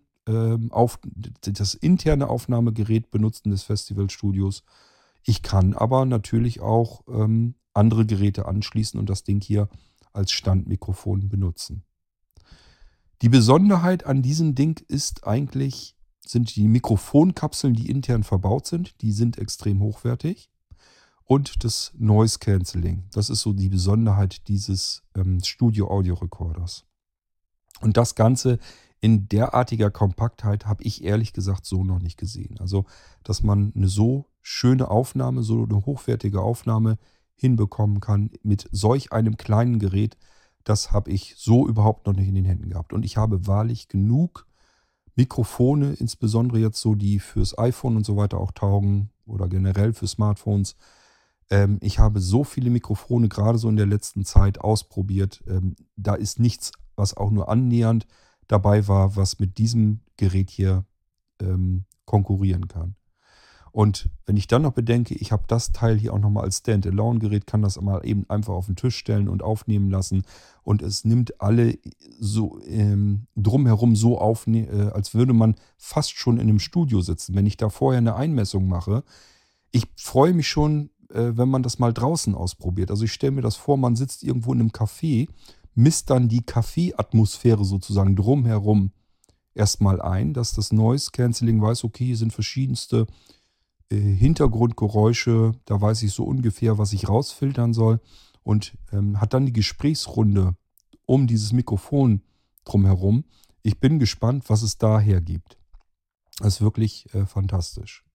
das interne Aufnahmegerät benutzen des Festivalstudios. Ich kann aber natürlich auch andere Geräte anschließen und das Ding hier als Standmikrofon benutzen. Die Besonderheit an diesem Ding ist eigentlich, sind die Mikrofonkapseln, die intern verbaut sind. Die sind extrem hochwertig. Und das Noise Cancelling. Das ist so die Besonderheit dieses Studio-Audio-Recorders. Und das Ganze in derartiger Kompaktheit habe ich ehrlich gesagt so noch nicht gesehen. Also, dass man eine so schöne Aufnahme, so eine hochwertige Aufnahme hinbekommen kann mit solch einem kleinen Gerät, das habe ich so überhaupt noch nicht in den Händen gehabt. Und ich habe wahrlich genug Mikrofone, insbesondere jetzt so, die fürs iPhone und so weiter auch taugen oder generell für Smartphones. Ich habe so viele Mikrofone gerade so in der letzten Zeit ausprobiert. Da ist nichts, was auch nur annähernd dabei war, was mit diesem Gerät hier konkurrieren kann. Und wenn ich dann noch bedenke, ich habe das Teil hier auch nochmal als Stand-Alone-Gerät, kann das mal eben einfach auf den Tisch stellen und aufnehmen lassen. Und es nimmt alle so drumherum so auf, als würde man fast schon in einem Studio sitzen. Wenn ich da vorher eine Einmessung mache, ich freue mich schon, wenn man das mal draußen ausprobiert. Also ich stelle mir das vor, man sitzt irgendwo in einem Café, misst dann die Kaffeeatmosphäre sozusagen drumherum erstmal ein, dass das Noise Cancelling weiß, okay, hier sind verschiedenste Hintergrundgeräusche, da weiß ich so ungefähr, was ich rausfiltern soll und hat dann die Gesprächsrunde um dieses Mikrofon drumherum. Ich bin gespannt, was es da hergibt. Das ist wirklich fantastisch.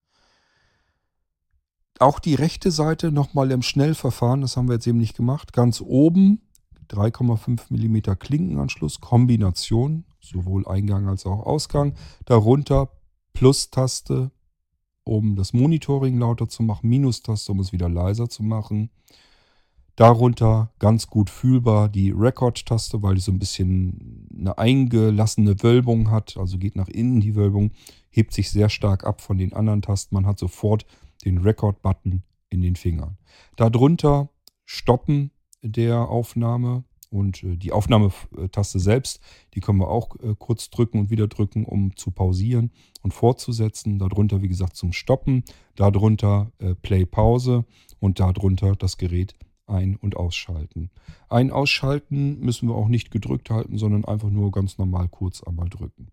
Auch die rechte Seite nochmal im Schnellverfahren, das haben wir jetzt eben nicht gemacht. Ganz oben 3,5 mm Klinkenanschluss, Kombination, sowohl Eingang als auch Ausgang. Darunter Plus-Taste, um das Monitoring lauter zu machen, Minustaste, um es wieder leiser zu machen. Darunter ganz gut fühlbar die Record-Taste, weil die so ein bisschen eine eingelassene Wölbung hat, also geht nach innen die Wölbung, hebt sich sehr stark ab von den anderen Tasten. Man hat sofort den Record-Button in den Fingern. Darunter Stoppen der Aufnahme und die Aufnahmetaste selbst, die können wir auch kurz drücken und wieder drücken, um zu pausieren und fortzusetzen. Darunter, wie gesagt, zum Stoppen. Darunter Play, Pause und darunter das Gerät ein- und ausschalten. Ausschalten müssen wir auch nicht gedrückt halten, sondern einfach nur ganz normal kurz einmal drücken.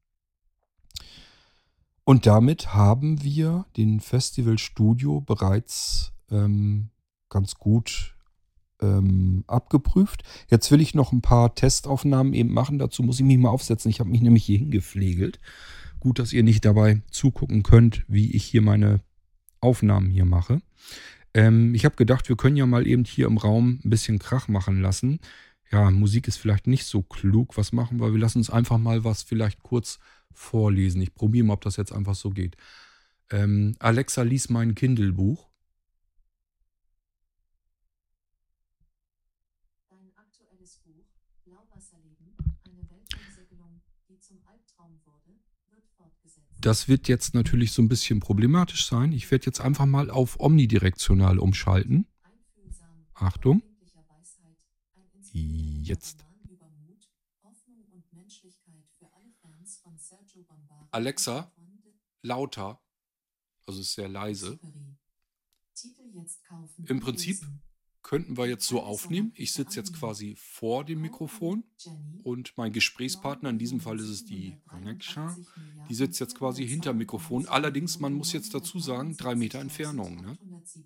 Und damit haben wir den Festival Studio bereits ganz gut abgeprüft. Jetzt will ich noch ein paar Testaufnahmen eben machen. Dazu muss ich mich mal aufsetzen. Ich habe mich nämlich hier hingepflegelt. Gut, dass ihr nicht dabei zugucken könnt, wie ich hier meine Aufnahmen hier mache. Ich habe gedacht, wir können ja mal eben hier im Raum ein bisschen Krach machen lassen. Ja, Musik ist vielleicht nicht so klug. Was machen wir? Wir lassen uns einfach mal was vielleicht kurz vorlesen. Ich probiere mal, ob das jetzt einfach so geht. Alexa, lies mein Kindle-Buch.
Dein aktuelles Buch, Blauwasserleben, eine Weltraumsegelung, die zum Albtraum wurde, wird fortgesetzt.
Das wird jetzt natürlich so ein bisschen problematisch sein. Ich werde jetzt einfach mal auf omnidirektional umschalten. Achtung. Jetzt. Alexa, lauter. Also ist sehr leise. Im Prinzip könnten wir jetzt so aufnehmen. Ich sitze jetzt quasi vor dem Mikrofon und mein Gesprächspartner, in diesem Fall ist es die Alexa, die sitzt jetzt quasi hinter dem Mikrofon. Allerdings, man muss jetzt dazu sagen, 3 Meter Entfernung. Ne?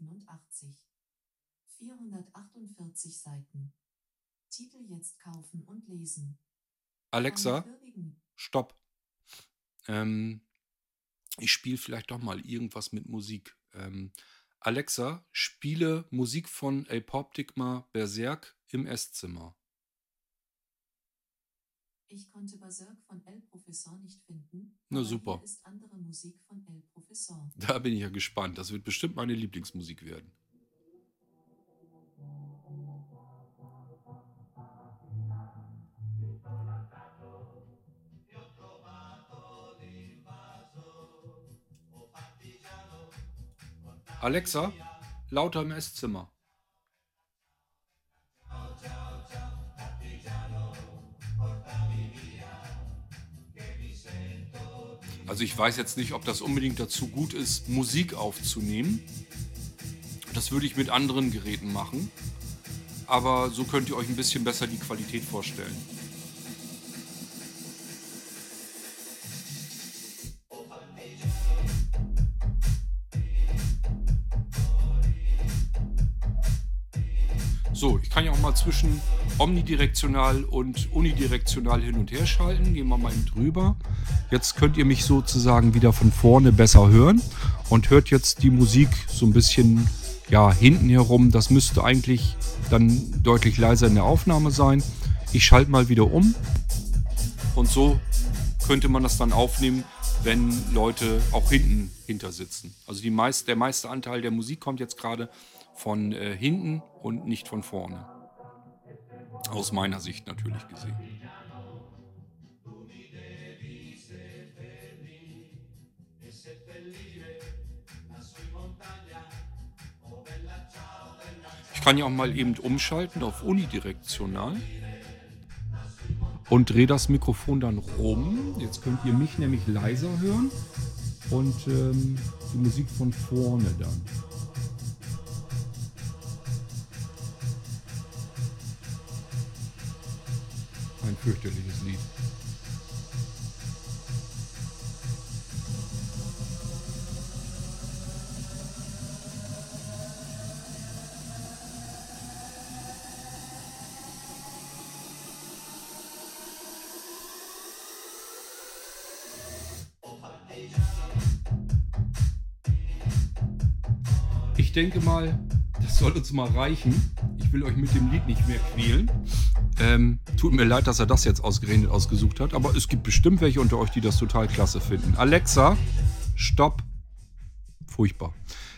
448 Seiten. Titel jetzt kaufen und lesen.
Alexa, stopp. Ich spiele vielleicht doch mal irgendwas mit Musik. Alexa, spiele Musik von Apoptygma Berserk im Esszimmer.
Ich konnte Berserk von El Professor nicht finden,
Na
aber
super.
hier ist andere Musik von El Professor.
Da bin ich ja gespannt. Das wird bestimmt meine Lieblingsmusik werden. Alexa, lauter im Esszimmer. Also ich weiß jetzt nicht, ob das unbedingt dazu gut ist, Musik aufzunehmen. Das würde ich mit anderen Geräten machen. Aber so könnt ihr euch ein bisschen besser die Qualität vorstellen. So, ich kann ja auch mal zwischen omnidirektional und unidirektional hin und her schalten. Gehen wir mal eben drüber. Jetzt könnt ihr mich sozusagen wieder von vorne besser hören und hört jetzt die Musik so ein bisschen hinten herum. Das müsste eigentlich dann deutlich leiser in der Aufnahme sein. Ich schalte mal wieder um und so könnte man das dann aufnehmen, wenn Leute auch hinter sitzen. Also der meiste Anteil der Musik kommt jetzt gerade von hinten und nicht von vorne. Aus meiner Sicht natürlich gesehen. Ich kann ja auch mal eben umschalten auf unidirektional und drehe das Mikrofon dann rum. Jetzt könnt ihr mich nämlich leiser hören und die Musik von vorne dann. Ein fürchterliches Lied. Ich denke mal, das soll uns mal reichen. Ich will euch mit dem Lied nicht mehr quälen. Tut mir leid, dass er das jetzt ausgerechnet ausgesucht hat, aber es gibt bestimmt welche unter euch, die das total klasse finden. Alexa, stopp. Furchtbar.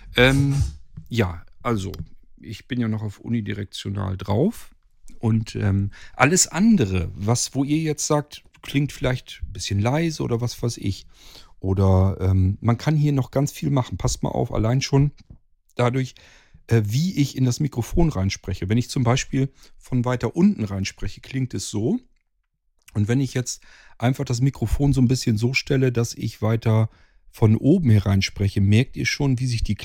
Also, ich bin ja noch auf unidirektional drauf. Und alles andere, wo ihr jetzt sagt, klingt vielleicht ein bisschen leise oder was weiß ich. Oder man kann hier noch ganz viel machen. Passt mal auf, allein schon dadurch, wie ich in das Mikrofon reinspreche. Wenn ich zum Beispiel von weiter unten reinspreche, klingt es so. Und wenn ich jetzt einfach das Mikrofon so ein bisschen so stelle, dass ich weiter von oben hereinspreche, merkt ihr schon, wie sich die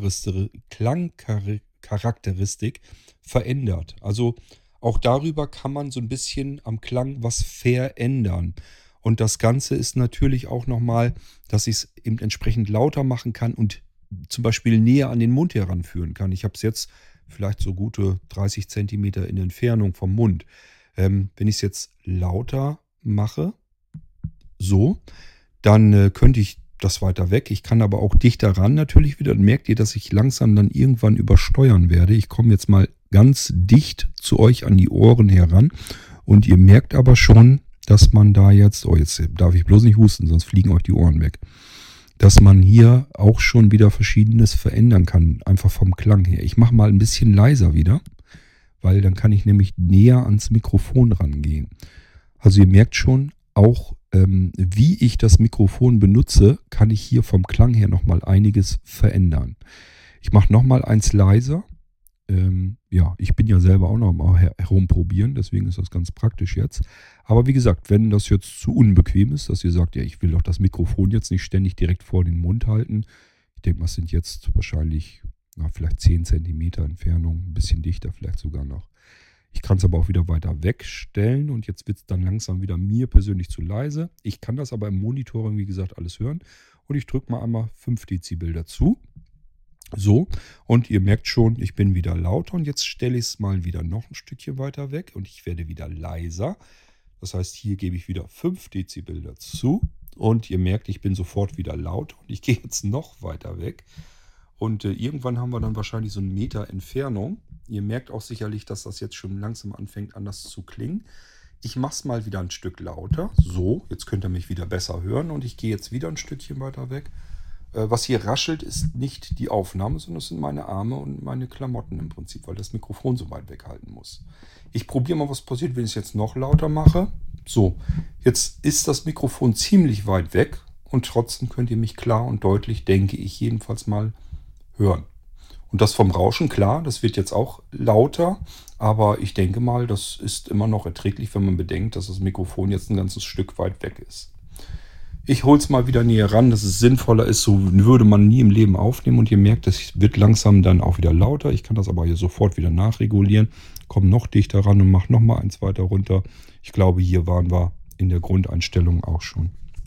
Klangcharakteristik verändert. Also auch darüber kann man so ein bisschen am Klang was verändern. Und das Ganze ist natürlich auch nochmal, dass ich es eben entsprechend lauter machen kann und zum Beispiel näher an den Mund heranführen kann. Ich habe es jetzt vielleicht so gute 30 Zentimeter in Entfernung vom Mund. Wenn ich es jetzt lauter mache, so, dann könnte ich das weiter weg. Ich kann aber auch dichter ran natürlich wieder. Dann merkt ihr, dass ich langsam dann irgendwann übersteuern werde. Ich komme jetzt mal ganz dicht zu euch an die Ohren heran. Und ihr merkt aber schon, dass man da jetzt darf ich bloß nicht husten, sonst fliegen euch die Ohren weg. Dass man hier auch schon wieder Verschiedenes verändern kann, einfach vom Klang her. Ich mache mal ein bisschen leiser wieder, weil dann kann ich nämlich näher ans Mikrofon rangehen. Also ihr merkt schon, auch wie ich das Mikrofon benutze, kann ich hier vom Klang her nochmal einiges verändern. Ich mache nochmal eins leiser. Ich bin ja selber auch noch mal herumprobieren, deswegen ist das ganz praktisch jetzt. Aber wie gesagt, wenn das jetzt zu unbequem ist, dass ihr sagt, ja, ich will doch das Mikrofon jetzt nicht ständig direkt vor den Mund halten. Ich denke mal, es sind jetzt wahrscheinlich vielleicht 10 Zentimeter Entfernung, ein bisschen dichter vielleicht sogar noch. Ich kann es aber auch wieder weiter wegstellen und jetzt wird es dann langsam wieder mir persönlich zu leise. Ich kann das aber im Monitoring, wie gesagt, alles hören. Und ich drücke mal einmal 5 Dezibel dazu. So, und ihr merkt schon, ich bin wieder lauter und jetzt stelle ich es mal wieder noch ein Stückchen weiter weg und ich werde wieder leiser. Das heißt, hier gebe ich wieder 5 Dezibel dazu und ihr merkt, ich bin sofort wieder laut und ich gehe jetzt noch weiter weg. Und irgendwann haben wir dann wahrscheinlich so einen Meter Entfernung. Ihr merkt auch sicherlich, dass das jetzt schon langsam anfängt anders zu klingen. Ich mache es mal wieder ein Stück lauter. So, jetzt könnt ihr mich wieder besser hören und ich gehe jetzt wieder ein Stückchen weiter weg. Was hier raschelt, ist nicht die Aufnahme, sondern es sind meine Arme und meine Klamotten im Prinzip, weil das Mikrofon so weit weghalten muss. Ich probiere mal, was passiert, wenn ich es jetzt noch lauter mache. So, jetzt ist das Mikrofon ziemlich weit weg und trotzdem könnt ihr mich klar und deutlich, denke ich, jedenfalls mal hören. Und das vom Rauschen, klar, das wird jetzt auch lauter, aber ich denke mal, das ist immer noch erträglich, wenn man bedenkt, dass das Mikrofon jetzt ein ganzes Stück weit weg ist. Ich hole es mal wieder näher ran, dass es sinnvoller ist, so würde man nie im Leben aufnehmen und ihr merkt, das wird langsam dann auch wieder lauter. Ich kann das aber hier sofort wieder nachregulieren, komme noch dichter ran und mache nochmal eins weiter runter. Ich glaube, hier waren wir in der Grundeinstellung auch schon.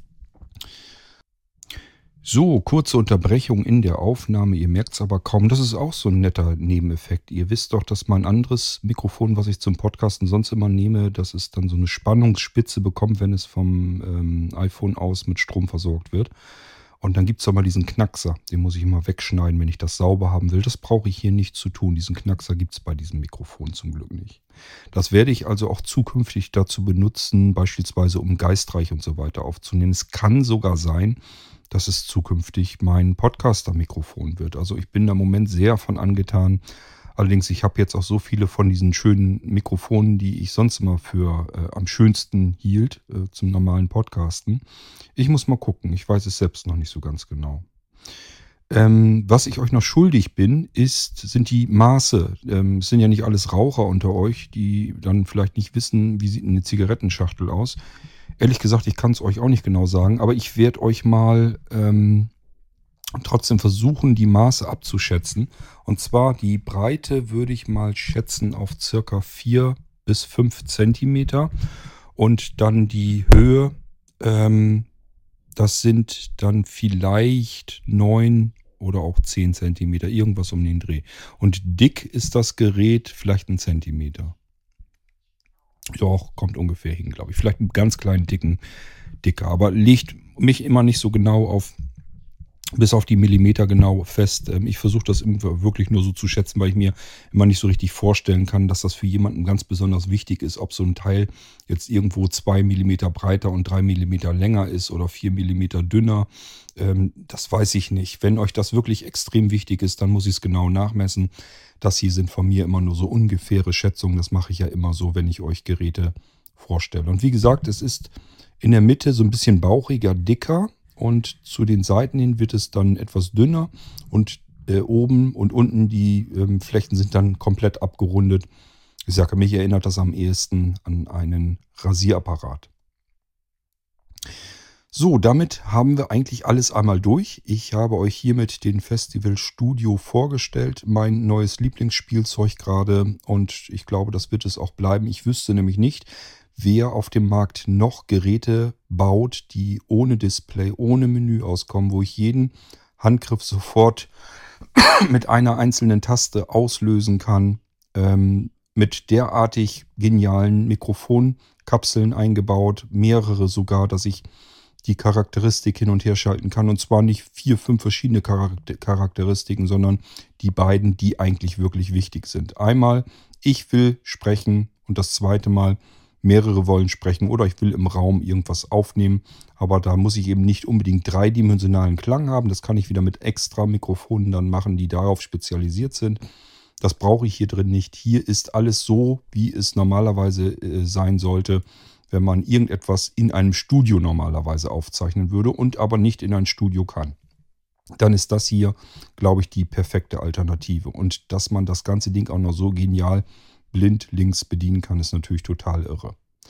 So, kurze Unterbrechung in der Aufnahme. Ihr merkt es aber kaum. Das ist auch so ein netter Nebeneffekt. Ihr wisst doch, dass mein anderes Mikrofon, was ich zum Podcasten sonst immer nehme, dass es dann so eine Spannungsspitze bekommt, wenn es vom iPhone aus mit Strom versorgt wird. Und dann gibt es aber diesen Knackser. Den muss ich immer wegschneiden, wenn ich das sauber haben will. Das brauche ich hier nicht zu tun. Diesen Knackser gibt es bei diesem Mikrofon zum Glück nicht. Das werde ich also auch zukünftig dazu benutzen, beispielsweise um Geistreich und so weiter aufzunehmen. Es kann sogar sein, dass es zukünftig mein Podcaster-Mikrofon wird. Also ich bin da im Moment sehr von angetan. Allerdings, ich habe jetzt auch so viele von diesen schönen Mikrofonen, die ich sonst immer für am schönsten hielt, zum normalen Podcasten. Ich muss mal gucken. Ich weiß es selbst noch nicht so ganz genau. Was ich euch noch schuldig bin, sind die Maße. Es sind ja nicht alles Raucher unter euch, die dann vielleicht nicht wissen, wie sieht eine Zigarettenschachtel aus. Ehrlich gesagt, ich kann es euch auch nicht genau sagen, aber ich werde euch mal trotzdem versuchen, die Maße abzuschätzen. Und zwar die Breite würde ich mal schätzen auf circa 4 bis 5 Zentimeter. Und dann die Höhe, das sind dann vielleicht 9 oder auch 10 Zentimeter, irgendwas um den Dreh. Und dick ist das Gerät vielleicht 1 Zentimeter. Doch, kommt ungefähr hin, glaube ich. Vielleicht einen ganz kleinen dicker, aber legt mich immer nicht so genau bis auf die Millimeter genau fest. Ich versuche das wirklich nur so zu schätzen, weil ich mir immer nicht so richtig vorstellen kann, dass das für jemanden ganz besonders wichtig ist, ob so ein Teil jetzt irgendwo 2 Millimeter breiter und 3 Millimeter länger ist oder 4 Millimeter dünner. Das weiß ich nicht. Wenn euch das wirklich extrem wichtig ist, dann muss ich es genau nachmessen. Das hier sind von mir immer nur so ungefähre Schätzungen. Das mache ich ja immer so, wenn ich euch Geräte vorstelle. Und wie gesagt, es ist in der Mitte so ein bisschen bauchiger, dicker und zu den Seiten hin wird es dann etwas dünner und oben und unten die Flächen sind dann komplett abgerundet. Ich sage, mich erinnert das am ehesten an einen Rasierapparat. So, damit haben wir eigentlich alles einmal durch. Ich habe euch hiermit den Festival Studio vorgestellt, mein neues Lieblingsspielzeug gerade, und ich glaube, das wird es auch bleiben. Ich wüsste nämlich nicht, wer auf dem Markt noch Geräte baut, die ohne Display, ohne Menü auskommen, wo ich jeden Handgriff sofort mit einer einzelnen Taste auslösen kann, mit derartig genialen Mikrofonkapseln eingebaut, mehrere sogar, dass ich die Charakteristik hin und her schalten kann. Und zwar nicht 4, 5 verschiedene Charakteristiken, sondern die beiden, die eigentlich wirklich wichtig sind. Einmal, ich will sprechen, und das zweite Mal, mehrere wollen sprechen oder ich will im Raum irgendwas aufnehmen. Aber da muss ich eben nicht unbedingt dreidimensionalen Klang haben. Das kann ich wieder mit extra Mikrofonen dann machen, die darauf spezialisiert sind. Das brauche ich hier drin nicht. Hier ist alles so, wie es normalerweise sein sollte, wenn man irgendetwas in einem Studio normalerweise aufzeichnen würde und aber nicht in ein Studio kann. Dann ist das hier, glaube ich, die perfekte Alternative. Und dass man das ganze Ding auch noch so genial blind links bedienen kann, ist natürlich total irre.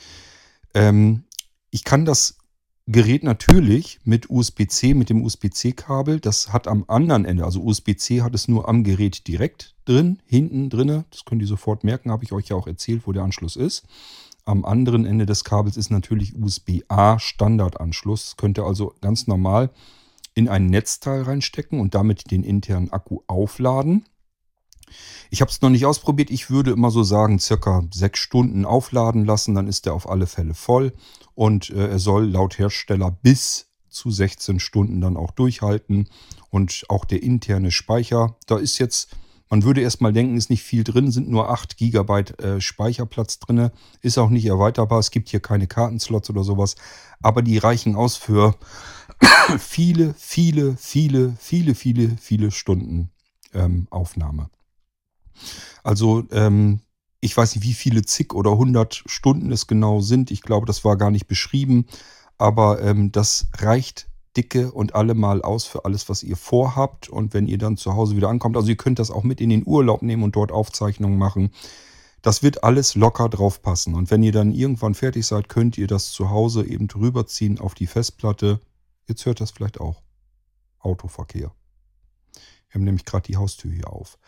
Ich kann das Gerät natürlich mit USB-C, mit dem USB-C-Kabel, das hat am anderen Ende, also USB-C hat es nur am Gerät direkt drin, hinten drinne, das könnt ihr sofort merken, habe ich euch ja auch erzählt, wo der Anschluss ist. Am anderen Ende des Kabels ist natürlich USB-A Standardanschluss. Könnt ihr also ganz normal in ein Netzteil reinstecken und damit den internen Akku aufladen. Ich habe es noch nicht ausprobiert. Ich würde immer so sagen, circa 6 Stunden aufladen lassen. Dann ist er auf alle Fälle voll. Und er soll laut Hersteller bis zu 16 Stunden dann auch durchhalten. Und auch der interne Speicher, da ist jetzt Man würde erstmal denken, ist nicht viel drin, sind nur 8 GB Speicherplatz drin, ist auch nicht erweiterbar, es gibt hier keine Kartenslots oder sowas, aber die reichen aus für viele, viele, viele, viele, viele, viele Stunden Aufnahme. Also ich weiß nicht, wie viele zig oder 100 Stunden es genau sind. Ich glaube, das war gar nicht beschrieben. Aber das reicht dicke und allemal aus für alles, was ihr vorhabt. Und wenn ihr dann zu Hause wieder ankommt, also ihr könnt das auch mit in den Urlaub nehmen und dort Aufzeichnungen machen. Das wird alles locker drauf passen. Und wenn ihr dann irgendwann fertig seid, könnt ihr das zu Hause eben drüber ziehen auf die Festplatte. Jetzt hört das vielleicht auch. Autoverkehr. Wir haben nämlich gerade die Haustür hier auf.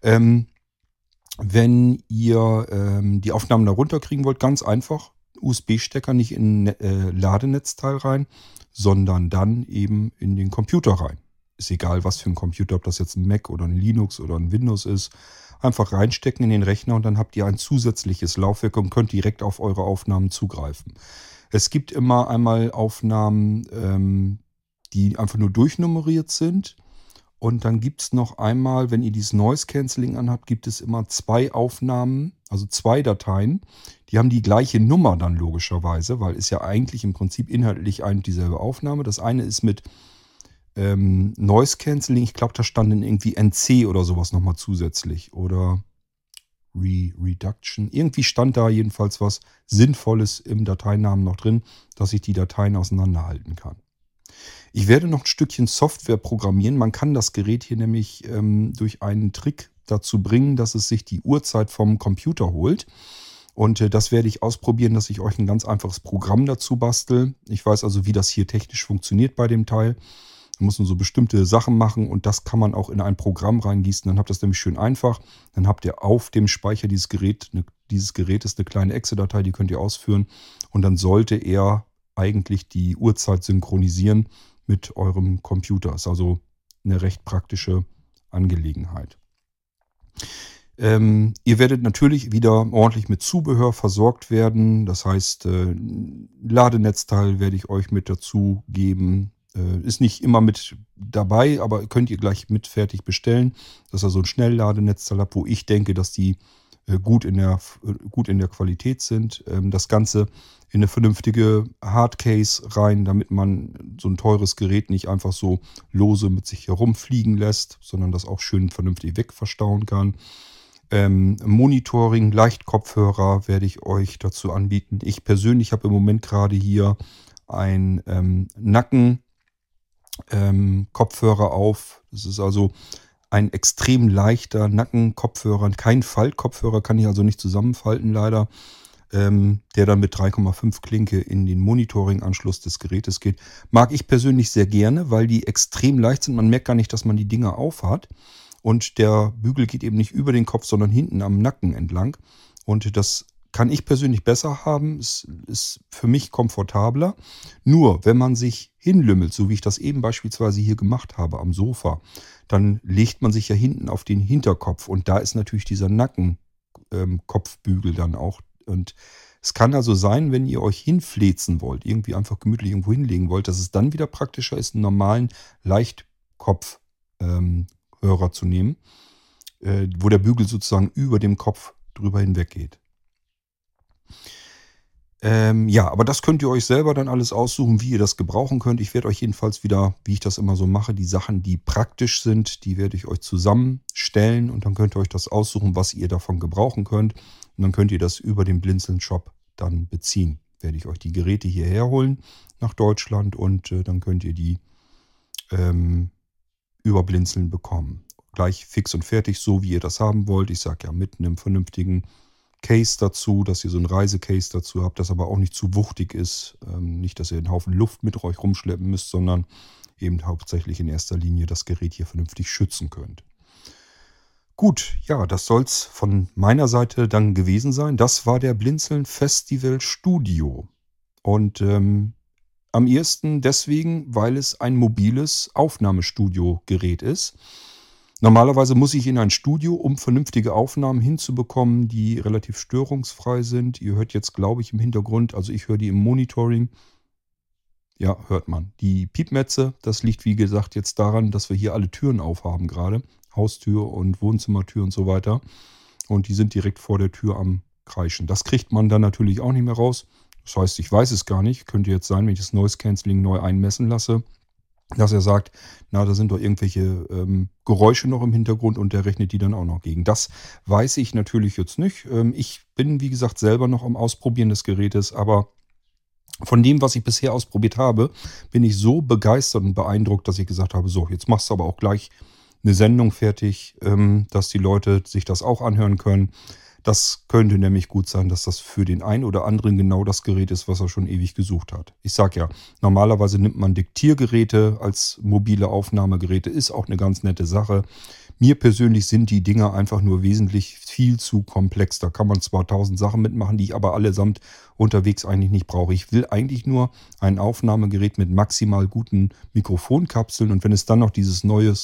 Wenn ihr die Aufnahmen da runterkriegen wollt, ganz einfach. USB-Stecker nicht in Ladenetzteil rein, sondern dann eben in den Computer rein. Ist egal, was für ein Computer, ob das jetzt ein Mac oder ein Linux oder ein Windows ist. Einfach reinstecken in den Rechner und dann habt ihr ein zusätzliches Laufwerk und könnt direkt auf eure Aufnahmen zugreifen. Es gibt immer einmal Aufnahmen, die einfach nur durchnummeriert sind. Und dann gibt es noch einmal, wenn ihr dieses Noise Cancelling anhabt, gibt es immer 2 Aufnahmen, also 2 Dateien. Die haben die gleiche Nummer dann logischerweise, weil ist ja eigentlich im Prinzip inhaltlich ein und dieselbe Aufnahme. Das eine ist mit Noise Cancelling, ich glaube, da stand dann irgendwie NC oder sowas nochmal zusätzlich. Oder Reduction. Irgendwie stand da jedenfalls was Sinnvolles im Dateinamen noch drin, dass ich die Dateien auseinanderhalten kann. Ich werde noch ein Stückchen Software programmieren. Man kann das Gerät hier nämlich durch einen Trick dazu bringen, dass es sich die Uhrzeit vom Computer holt. Und das werde ich ausprobieren, dass ich euch ein ganz einfaches Programm dazu bastel. Ich weiß also, wie das hier technisch funktioniert bei dem Teil. Da muss man so bestimmte Sachen machen und das kann man auch in ein Programm reingießen. Dann habt ihr das nämlich schön einfach. Dann habt ihr auf dem Speicher dieses Gerätes eine kleine Exe-Datei, die könnt ihr ausführen. Und dann sollte er eigentlich die Uhrzeit synchronisieren mit eurem Computer. Ist also eine recht praktische Angelegenheit. Ihr werdet natürlich wieder ordentlich mit Zubehör versorgt werden. Das heißt, Ladenetzteil werde ich euch mit dazu geben. Ist nicht immer mit dabei, aber könnt ihr gleich mit fertig bestellen. Dass ihr so ein Schnellladenetzteil habt, wo ich denke, dass die gut in der Qualität sind. Das Ganze in eine vernünftige Hardcase rein, damit man so ein teures Gerät nicht einfach so lose mit sich herumfliegen lässt, sondern das auch schön vernünftig wegverstauen kann. Monitoring, Leichtkopfhörer werde ich euch dazu anbieten. Ich persönlich habe im Moment gerade hier ein Nacken-Kopfhörer auf. Das ist also ein extrem leichter Nackenkopfhörer, kein Faltkopfhörer, kann ich also nicht zusammenfalten leider, der dann mit 3,5 Klinke in den Monitoring-Anschluss des Gerätes geht. Mag ich persönlich sehr gerne, weil die extrem leicht sind. Man merkt gar nicht, dass man die Dinger aufhat. Und der Bügel geht eben nicht über den Kopf, sondern hinten am Nacken entlang. Und das kann ich persönlich besser haben. Es ist für mich komfortabler. Nur, wenn man sich hinlümmelt, so wie ich das eben beispielsweise hier gemacht habe am Sofa, dann legt man sich ja hinten auf den Hinterkopf. Und da ist natürlich dieser Nackenkopfbügel dann auch. Und es kann also sein, wenn ihr euch hinfläzen wollt, irgendwie einfach gemütlich irgendwo hinlegen wollt, dass es dann wieder praktischer ist, einen normalen Leichtkopfhörer zu nehmen, wo der Bügel sozusagen über dem Kopf drüber hinweg geht. Ja, aber das könnt ihr euch selber dann alles aussuchen, wie ihr das gebrauchen könnt. Ich werde euch jedenfalls wieder, wie ich das immer so mache, die Sachen, die praktisch sind, die werde ich euch zusammenstellen und dann könnt ihr euch das aussuchen, was ihr davon gebrauchen könnt. Und dann könnt ihr das über den Blinzeln-Shop dann beziehen. Werde ich euch die Geräte hierher holen nach Deutschland und dann könnt ihr die über Blinzeln bekommen. Gleich fix und fertig, so wie ihr das haben wollt. Ich sage ja, mit einem vernünftigen Case dazu, dass ihr so ein Reisecase dazu habt, das aber auch nicht zu wuchtig ist. Nicht, dass ihr einen Haufen Luft mit euch rumschleppen müsst, sondern eben hauptsächlich in erster Linie das Gerät hier vernünftig schützen könnt. Gut, ja, das soll's von meiner Seite dann gewesen sein. Das war der Blinzeln Festival Studio. Und am ehesten deswegen, weil es ein mobiles Aufnahmestudio-Gerät ist. Normalerweise muss ich in ein Studio, um vernünftige Aufnahmen hinzubekommen, die relativ störungsfrei sind. Ihr hört jetzt, glaube ich, im Hintergrund, also ich höre die im Monitoring. Ja, hört man. Die Piepmetze, das liegt wie gesagt jetzt daran, dass wir hier alle Türen aufhaben gerade. Haustür und Wohnzimmertür und so weiter. Und die sind direkt vor der Tür am Kreischen. Das kriegt man dann natürlich auch nicht mehr raus. Das heißt, ich weiß es gar nicht. Könnte jetzt sein, wenn ich das Noise Cancelling neu einmessen lasse, dass er sagt, na, da sind doch irgendwelche Geräusche noch im Hintergrund und der rechnet die dann auch noch gegen. Das weiß ich natürlich jetzt nicht. Ich bin, wie gesagt, selber noch am Ausprobieren des Gerätes, aber von dem, was ich bisher ausprobiert habe, bin ich so begeistert und beeindruckt, dass ich gesagt habe, so, jetzt machst du aber auch gleich eine Sendung fertig, dass die Leute sich das auch anhören können. Das könnte nämlich gut sein, dass das für den einen oder anderen genau das Gerät ist, was er schon ewig gesucht hat. Ich sag ja, normalerweise nimmt man Diktiergeräte als mobile Aufnahmegeräte, ist auch eine ganz nette Sache. Mir persönlich sind die Dinger einfach nur wesentlich viel zu komplex. Da kann man zwar 1000 Sachen mitmachen, die ich aber allesamt unterwegs eigentlich nicht brauche. Ich will eigentlich nur ein Aufnahmegerät mit maximal guten Mikrofonkapseln und wenn es dann noch dieses neue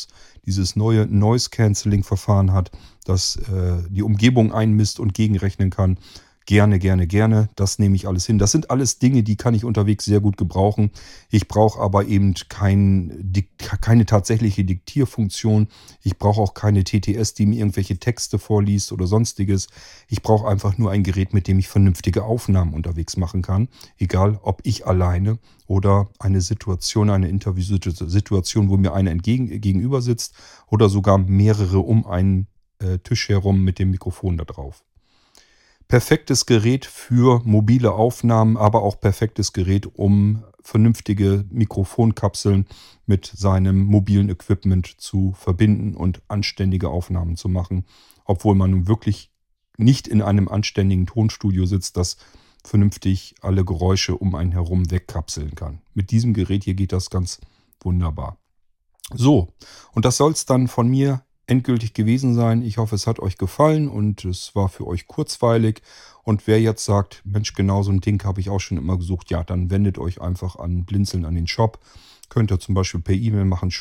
Noise-Canceling-Verfahren hat, das die Umgebung einmisst und gegenrechnen kann, gerne. Das nehme ich alles hin. Das sind alles Dinge, die kann ich unterwegs sehr gut gebrauchen. Ich brauche aber eben keine tatsächliche Diktierfunktion. Ich brauche auch keine TTS, die mir irgendwelche Texte vorliest oder sonstiges. Ich brauche einfach nur ein Gerät, mit dem ich vernünftige Aufnahmen unterwegs machen kann. Egal, ob ich alleine oder eine Interviewsituation, wo mir einer gegenüber sitzt oder sogar mehrere um einen Tisch herum mit dem Mikrofon da drauf. Perfektes Gerät für mobile Aufnahmen, aber auch perfektes Gerät, um vernünftige Mikrofonkapseln mit seinem mobilen Equipment zu verbinden und anständige Aufnahmen zu machen, obwohl man nun wirklich nicht in einem anständigen Tonstudio sitzt, das vernünftig alle Geräusche um einen herum wegkapseln kann. Mit diesem Gerät hier geht das ganz wunderbar. So, und das soll es dann von mir endgültig gewesen sein. Ich hoffe, es hat euch gefallen und es war für euch kurzweilig. Und wer jetzt sagt, Mensch, genau so ein Ding habe ich auch schon immer gesucht, ja, dann wendet euch einfach an Blinzeln, an den Shop. Könnt ihr zum Beispiel per E-Mail machen,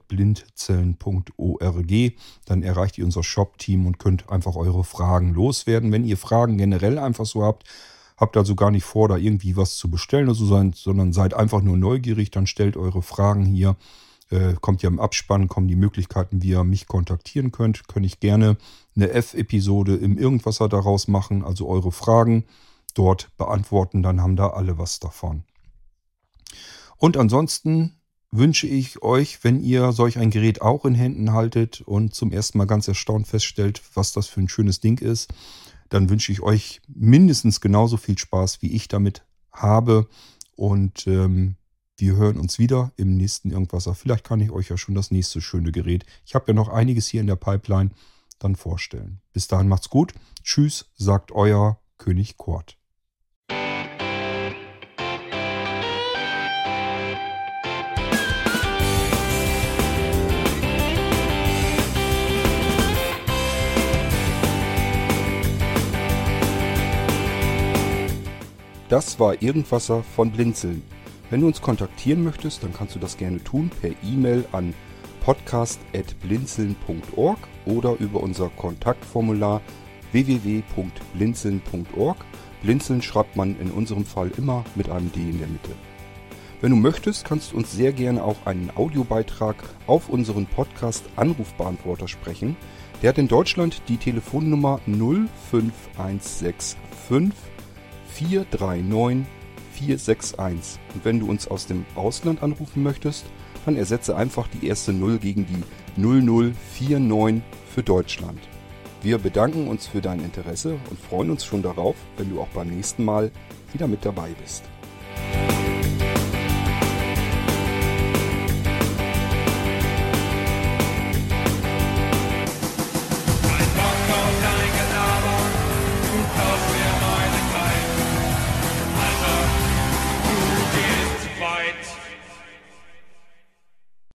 shop@blindzellen.org. Dann erreicht ihr unser Shop-Team und könnt einfach eure Fragen loswerden. Wenn ihr Fragen generell einfach so habt also gar nicht vor, da irgendwie was zu bestellen oder so sein, sondern seid einfach nur neugierig, dann stellt eure Fragen hier. Kommt ja im Abspann, kommen die Möglichkeiten, wie ihr mich kontaktieren könnt. Könnte ich gerne eine F-Episode im Irgendwasser daraus machen, also eure Fragen dort beantworten, dann haben da alle was davon. Und ansonsten wünsche ich euch, wenn ihr solch ein Gerät auch in Händen haltet und zum ersten Mal ganz erstaunt feststellt, was das für ein schönes Ding ist, dann wünsche ich euch mindestens genauso viel Spaß, wie ich damit habe. Und wir hören uns wieder im nächsten Irgendwasser. Vielleicht kann ich euch ja schon das nächste schöne Gerät. Ich habe ja noch einiges hier in der Pipeline dann vorstellen. Bis dahin macht's gut. Tschüss, sagt euer König Kurt. Das war Irgendwasser von Blinzeln. Wenn du uns kontaktieren möchtest, dann kannst du das gerne tun per E-Mail an podcast@blinzeln.org oder über unser Kontaktformular www.blinzeln.org. Blinzeln schreibt man in unserem Fall immer mit einem D in der Mitte. Wenn du möchtest, kannst du uns sehr gerne auch einen Audiobeitrag auf unseren Podcast Anrufbeantworter sprechen. Der hat in Deutschland die Telefonnummer 05165 439 461. Und wenn du uns aus dem Ausland anrufen möchtest, dann ersetze einfach die erste 0 gegen die 0049 für Deutschland. Wir bedanken uns für dein Interesse und freuen uns schon darauf, wenn du auch beim nächsten Mal wieder mit dabei bist.